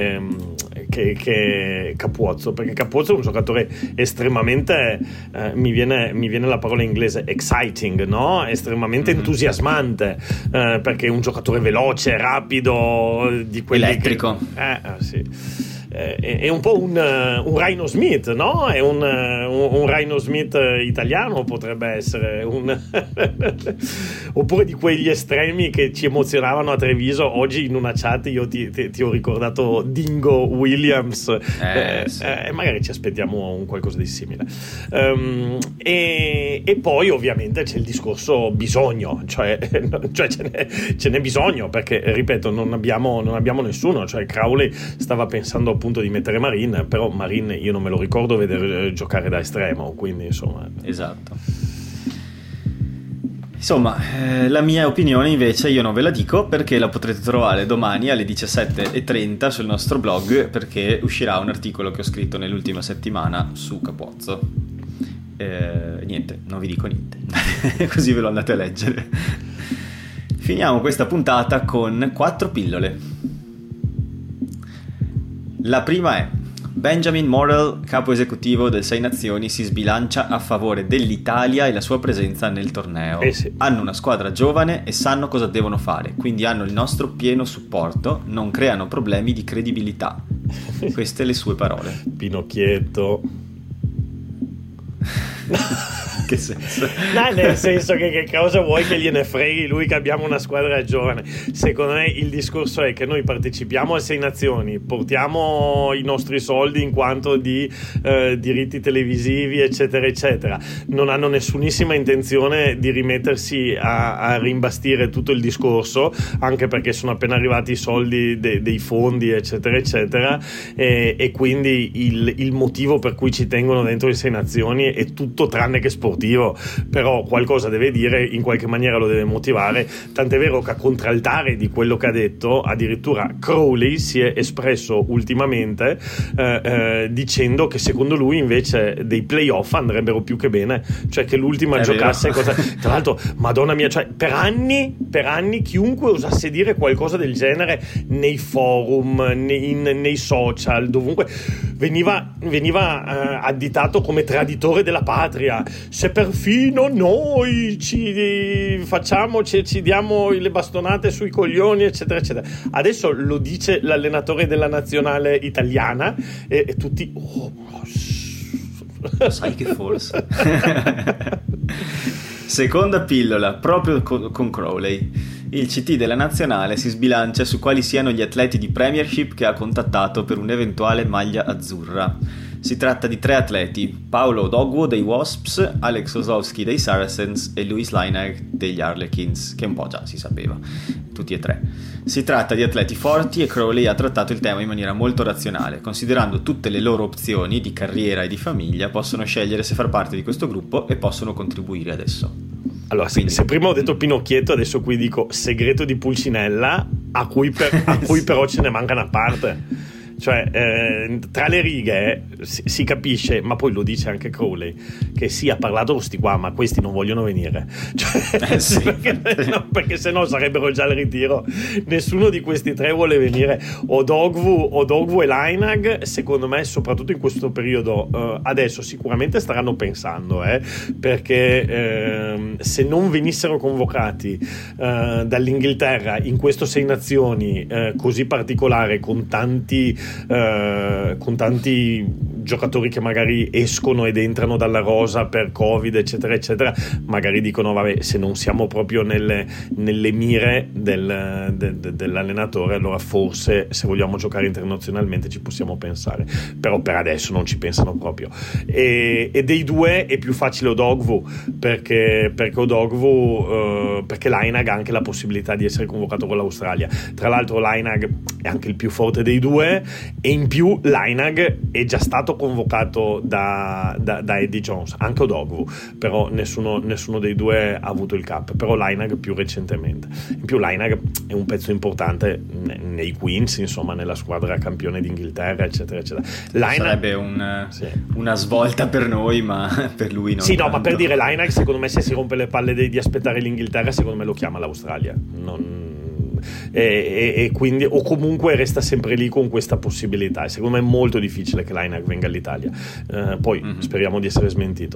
Capuzzo, perché Capuzzo è un giocatore estremamente mi viene la parola inglese exciting, no? Estremamente entusiasmante, perché è un giocatore veloce, rapido, di quelli elettrico, sì. È un po' un Rhino Smith, no? È un Rhino Smith italiano, potrebbe essere oppure di quegli estremi che ci emozionavano a Treviso. Oggi in una chat io ti ho ricordato Dingo Williams, sì. Magari ci aspettiamo un qualcosa di simile, e poi ovviamente c'è il discorso bisogno, cioè ce n'è bisogno, perché ripeto non abbiamo nessuno, cioè Crowley stava pensando appunto di mettere Marin, però Marin io non me lo ricordo vedere giocare da estremo, quindi insomma. Esatto. Insomma, la mia opinione invece io non ve la dico, perché la potrete trovare domani alle 17:30 sul nostro blog, perché uscirà un articolo che ho scritto nell'ultima settimana su Capozzo. Niente, non vi dico niente, così ve lo andate a leggere. Finiamo questa puntata con 4 pillole. La prima è: Benjamin Morrell, capo esecutivo del Sei Nazioni, si sbilancia a favore dell'Italia e la sua presenza nel torneo. Sì. Hanno una squadra giovane e sanno cosa devono fare, quindi hanno il nostro pieno supporto, non creano problemi di credibilità. Queste le sue parole. Pinocchietto. Che senso? No, nel senso che cosa vuoi che gliene freghi lui che abbiamo una squadra giovane? Secondo me il discorso è che noi partecipiamo a Sei Nazioni, portiamo i nostri soldi in quanto di diritti televisivi eccetera eccetera, non hanno nessunissima intenzione di rimettersi a rimbastire tutto il discorso, anche perché sono appena arrivati i soldi dei fondi eccetera eccetera, e quindi il motivo per cui ci tengono dentro le Sei Nazioni è tutto tranne che sportivo, però qualcosa deve dire, in qualche maniera lo deve motivare, tant'è vero che a contraltare di quello che ha detto addirittura Crowley si è espresso ultimamente dicendo che secondo lui invece dei playoff andrebbero più che bene, cioè che l'ultima giocasse cosa... Tra l'altro, madonna mia, cioè per anni chiunque osasse dire qualcosa del genere nei forum, nei social, dovunque veniva additato come traditore della patria. Se perfino noi ci diamo le bastonate sui coglioni eccetera eccetera, adesso lo dice l'allenatore della nazionale italiana e tutti sai che forse. Seconda pillola, proprio con Crowley. Il CT della nazionale si sbilancia su quali siano gli atleti di Premiership che ha contattato per un'eventuale maglia azzurra. Si tratta di 3 atleti: Paolo Odogwu dei Wasps, Alex Osowski dei Saracens e Louis Leinach degli Harlequins, che un po' già si sapeva, tutti e 3. Si tratta di atleti forti e Crowley ha trattato il tema in maniera molto razionale, considerando tutte le loro opzioni di carriera e di famiglia, possono scegliere se far parte di questo gruppo e possono contribuire adesso. Allora, quindi, se prima ho detto Pinocchietto, adesso qui dico segreto di Pulcinella, a cui però ce ne manca una parte. Cioè, tra le righe si capisce, ma poi lo dice anche Crowley, che sì, ha parlato con sti qua, ma questi non vogliono venire. Cioè, sì. perché se no sarebbero già al ritiro. Nessuno di questi 3 vuole venire. Odogwu e Leinach, secondo me, soprattutto in questo periodo, adesso sicuramente staranno pensando, perché se non venissero convocati dall'Inghilterra in questo Sei Nazioni così particolare, con tanti giocatori che magari escono ed entrano dalla rosa per Covid eccetera eccetera, magari dicono vabbè, se non siamo proprio nelle mire dell'allenatore, allora forse se vogliamo giocare internazionalmente ci possiamo pensare, però per adesso non ci pensano proprio. E dei 2 è più facile Odogwu, perché Leinach ha anche la possibilità di essere convocato con l'Australia. Tra l'altro Leinach è anche il più forte dei 2 e in più Leinach è già stato convocato da Eddie Jones, anche Odogwu, però nessuno dei due ha avuto il cap, però Lainag più recentemente. In più Lainag è un pezzo importante nei Queens, insomma, nella squadra campione d'Inghilterra, eccetera eccetera. Sarebbe una svolta per noi, ma per lui non. Sì, no, ma per dire, Lainag secondo me, se si rompe le palle di aspettare l'Inghilterra, secondo me lo chiama l'Australia, e quindi, o comunque resta sempre lì con questa possibilità. Secondo me è molto difficile che Lainag venga all'Italia, poi speriamo di essere smentito.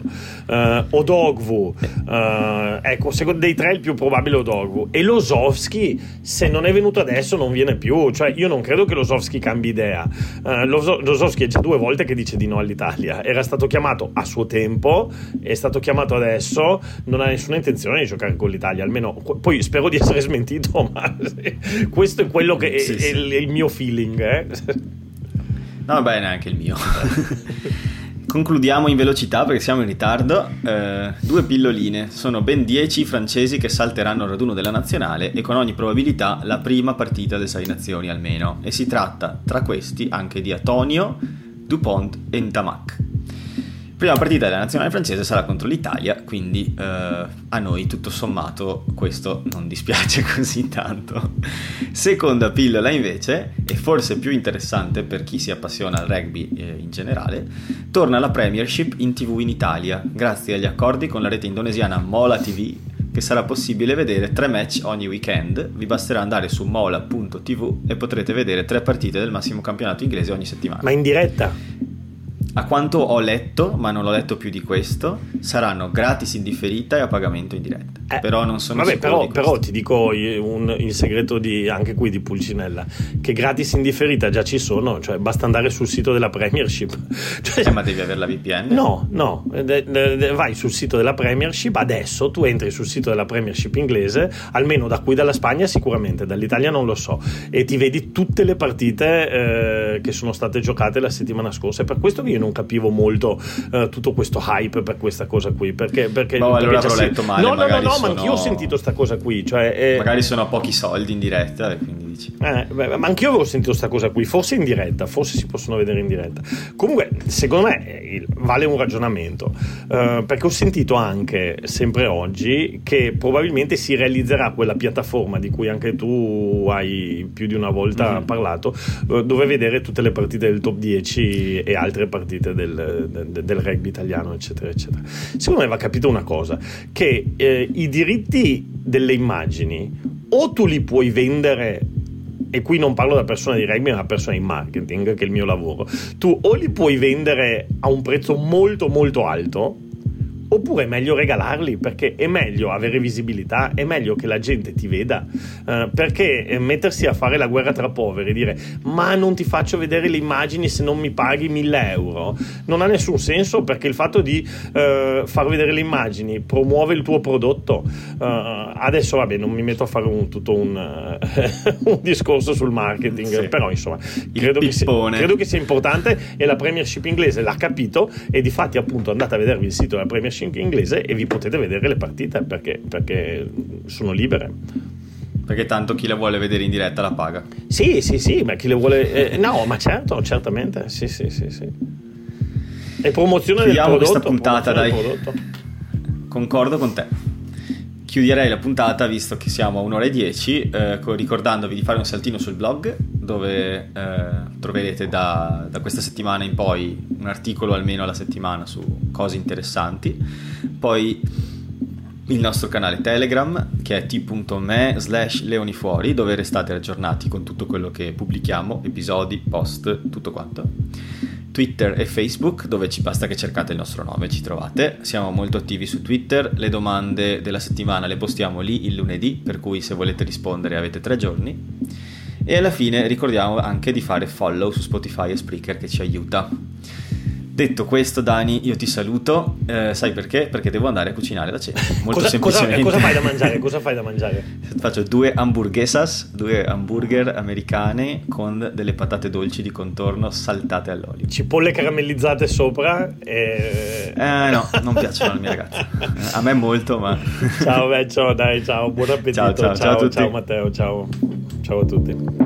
Odogwu, ecco, secondo dei tre il più probabile Odogwu, e Lozovsky, se non è venuto adesso non viene più, cioè io non credo che Lozovsky cambi idea. Lozovsky è già 2 volte che dice di no all'Italia, era stato chiamato a suo tempo, è stato chiamato adesso, non ha nessuna intenzione di giocare con l'Italia, almeno poi spero di essere smentito, ma questo è quello che è il mio feeling, No, beh, neanche il mio. Concludiamo in velocità perché siamo in ritardo. 2 pilloline. Sono ben 10 i francesi che salteranno il raduno della nazionale, e con ogni probabilità la prima partita delle 6 nazioni almeno, e si tratta tra questi anche di Antonio, Dupont e Ntamak. Prima partita della nazionale francese sarà contro l'Italia, quindi a noi tutto sommato questo non dispiace così tanto. Seconda pillola invece, e forse più interessante per chi si appassiona al rugby in generale, torna la Premiership in TV in Italia, grazie agli accordi con la rete indonesiana Mola TV, che sarà possibile vedere 3 match ogni weekend. Vi basterà andare su mola.tv e potrete vedere 3 partite del massimo campionato inglese ogni settimana. Ma in diretta? A quanto ho letto, ma non l'ho letto più di questo, saranno gratis in differita e a pagamento in diretta. Però non sono sicuro però ti dico il segreto anche qui di Pulcinella, che gratis in differita già ci sono, cioè basta andare sul sito della Premiership. Cioè, ma devi avere la VPN? No, vai sul sito della Premiership, adesso tu entri sul sito della Premiership inglese, almeno da qui dalla Spagna sicuramente, dall'Italia non lo so, e ti vedi tutte le partite che sono state giocate la settimana scorsa. È per questo che io non capivo molto tutto questo hype per questa cosa qui, perché allora avrò letto male. No, ma anch'io ho sentito sta cosa qui, cioè magari sono a pochi soldi in diretta e quindi dici ma anch'io avevo sentito sta cosa qui, forse in diretta, forse si possono vedere in diretta. Comunque secondo me vale un ragionamento, perché ho sentito anche sempre oggi che probabilmente si realizzerà quella piattaforma di cui anche tu hai più di una volta parlato, dove vedere tutte le partite del top 10 e altre partite del rugby italiano, eccetera eccetera. Secondo me va capito una cosa, che i diritti delle immagini o tu li puoi vendere, e qui non parlo da persona di rugby ma da persona in marketing, che è il mio lavoro, tu o li puoi vendere a un prezzo molto molto alto, oppure è meglio regalarli, perché è meglio avere visibilità, è meglio che la gente ti veda, perché mettersi a fare la guerra tra poveri e dire ma non ti faccio vedere le immagini se non mi paghi 1.000 euro non ha nessun senso, perché il fatto di far vedere le immagini promuove il tuo prodotto. Adesso vabbè, non mi metto a fare tutto un discorso sul marketing, sì, però insomma credo che sia importante, e la Premiership inglese l'ha capito, e difatti appunto andate a vedervi il sito della Premiership inglese e vi potete vedere le partite perché sono libere, perché tanto chi la vuole vedere in diretta la paga. Sì, ma chi le vuole no, ma certo, certamente sì. E promozione chiudiamo del prodotto, questa puntata, dai. Concordo con te. Chiuderei la puntata, visto che siamo a 1:10, ricordandovi di fare un saltino sul blog, dove troverete da questa settimana in poi un articolo almeno alla settimana su cose interessanti. Poi il nostro canale Telegram, che è t.me/leonifuori, dove restate aggiornati con tutto quello che pubblichiamo, episodi, post, tutto quanto. Twitter e Facebook, dove ci basta che cercate il nostro nome, ci trovate. Siamo molto attivi su Twitter, le domande della settimana le postiamo lì il lunedì, per cui se volete rispondere avete 3 giorni. E alla fine ricordiamo anche di fare follow su Spotify e Spreaker, che ci aiuta. Detto questo, Dani, io ti saluto. Sai perché? Perché devo andare a cucinare la cena. Molto semplicemente. Cosa fai da mangiare? Faccio 2 hamburguesas, 2 hamburger americane con delle patate dolci di contorno saltate all'olio. Cipolle caramellizzate sopra e... no, non piacciono alla mia ragazza. A me molto, ma... Ciao, ciao, buon appetito. Ciao a tutti. Ciao Matteo, ciao a tutti.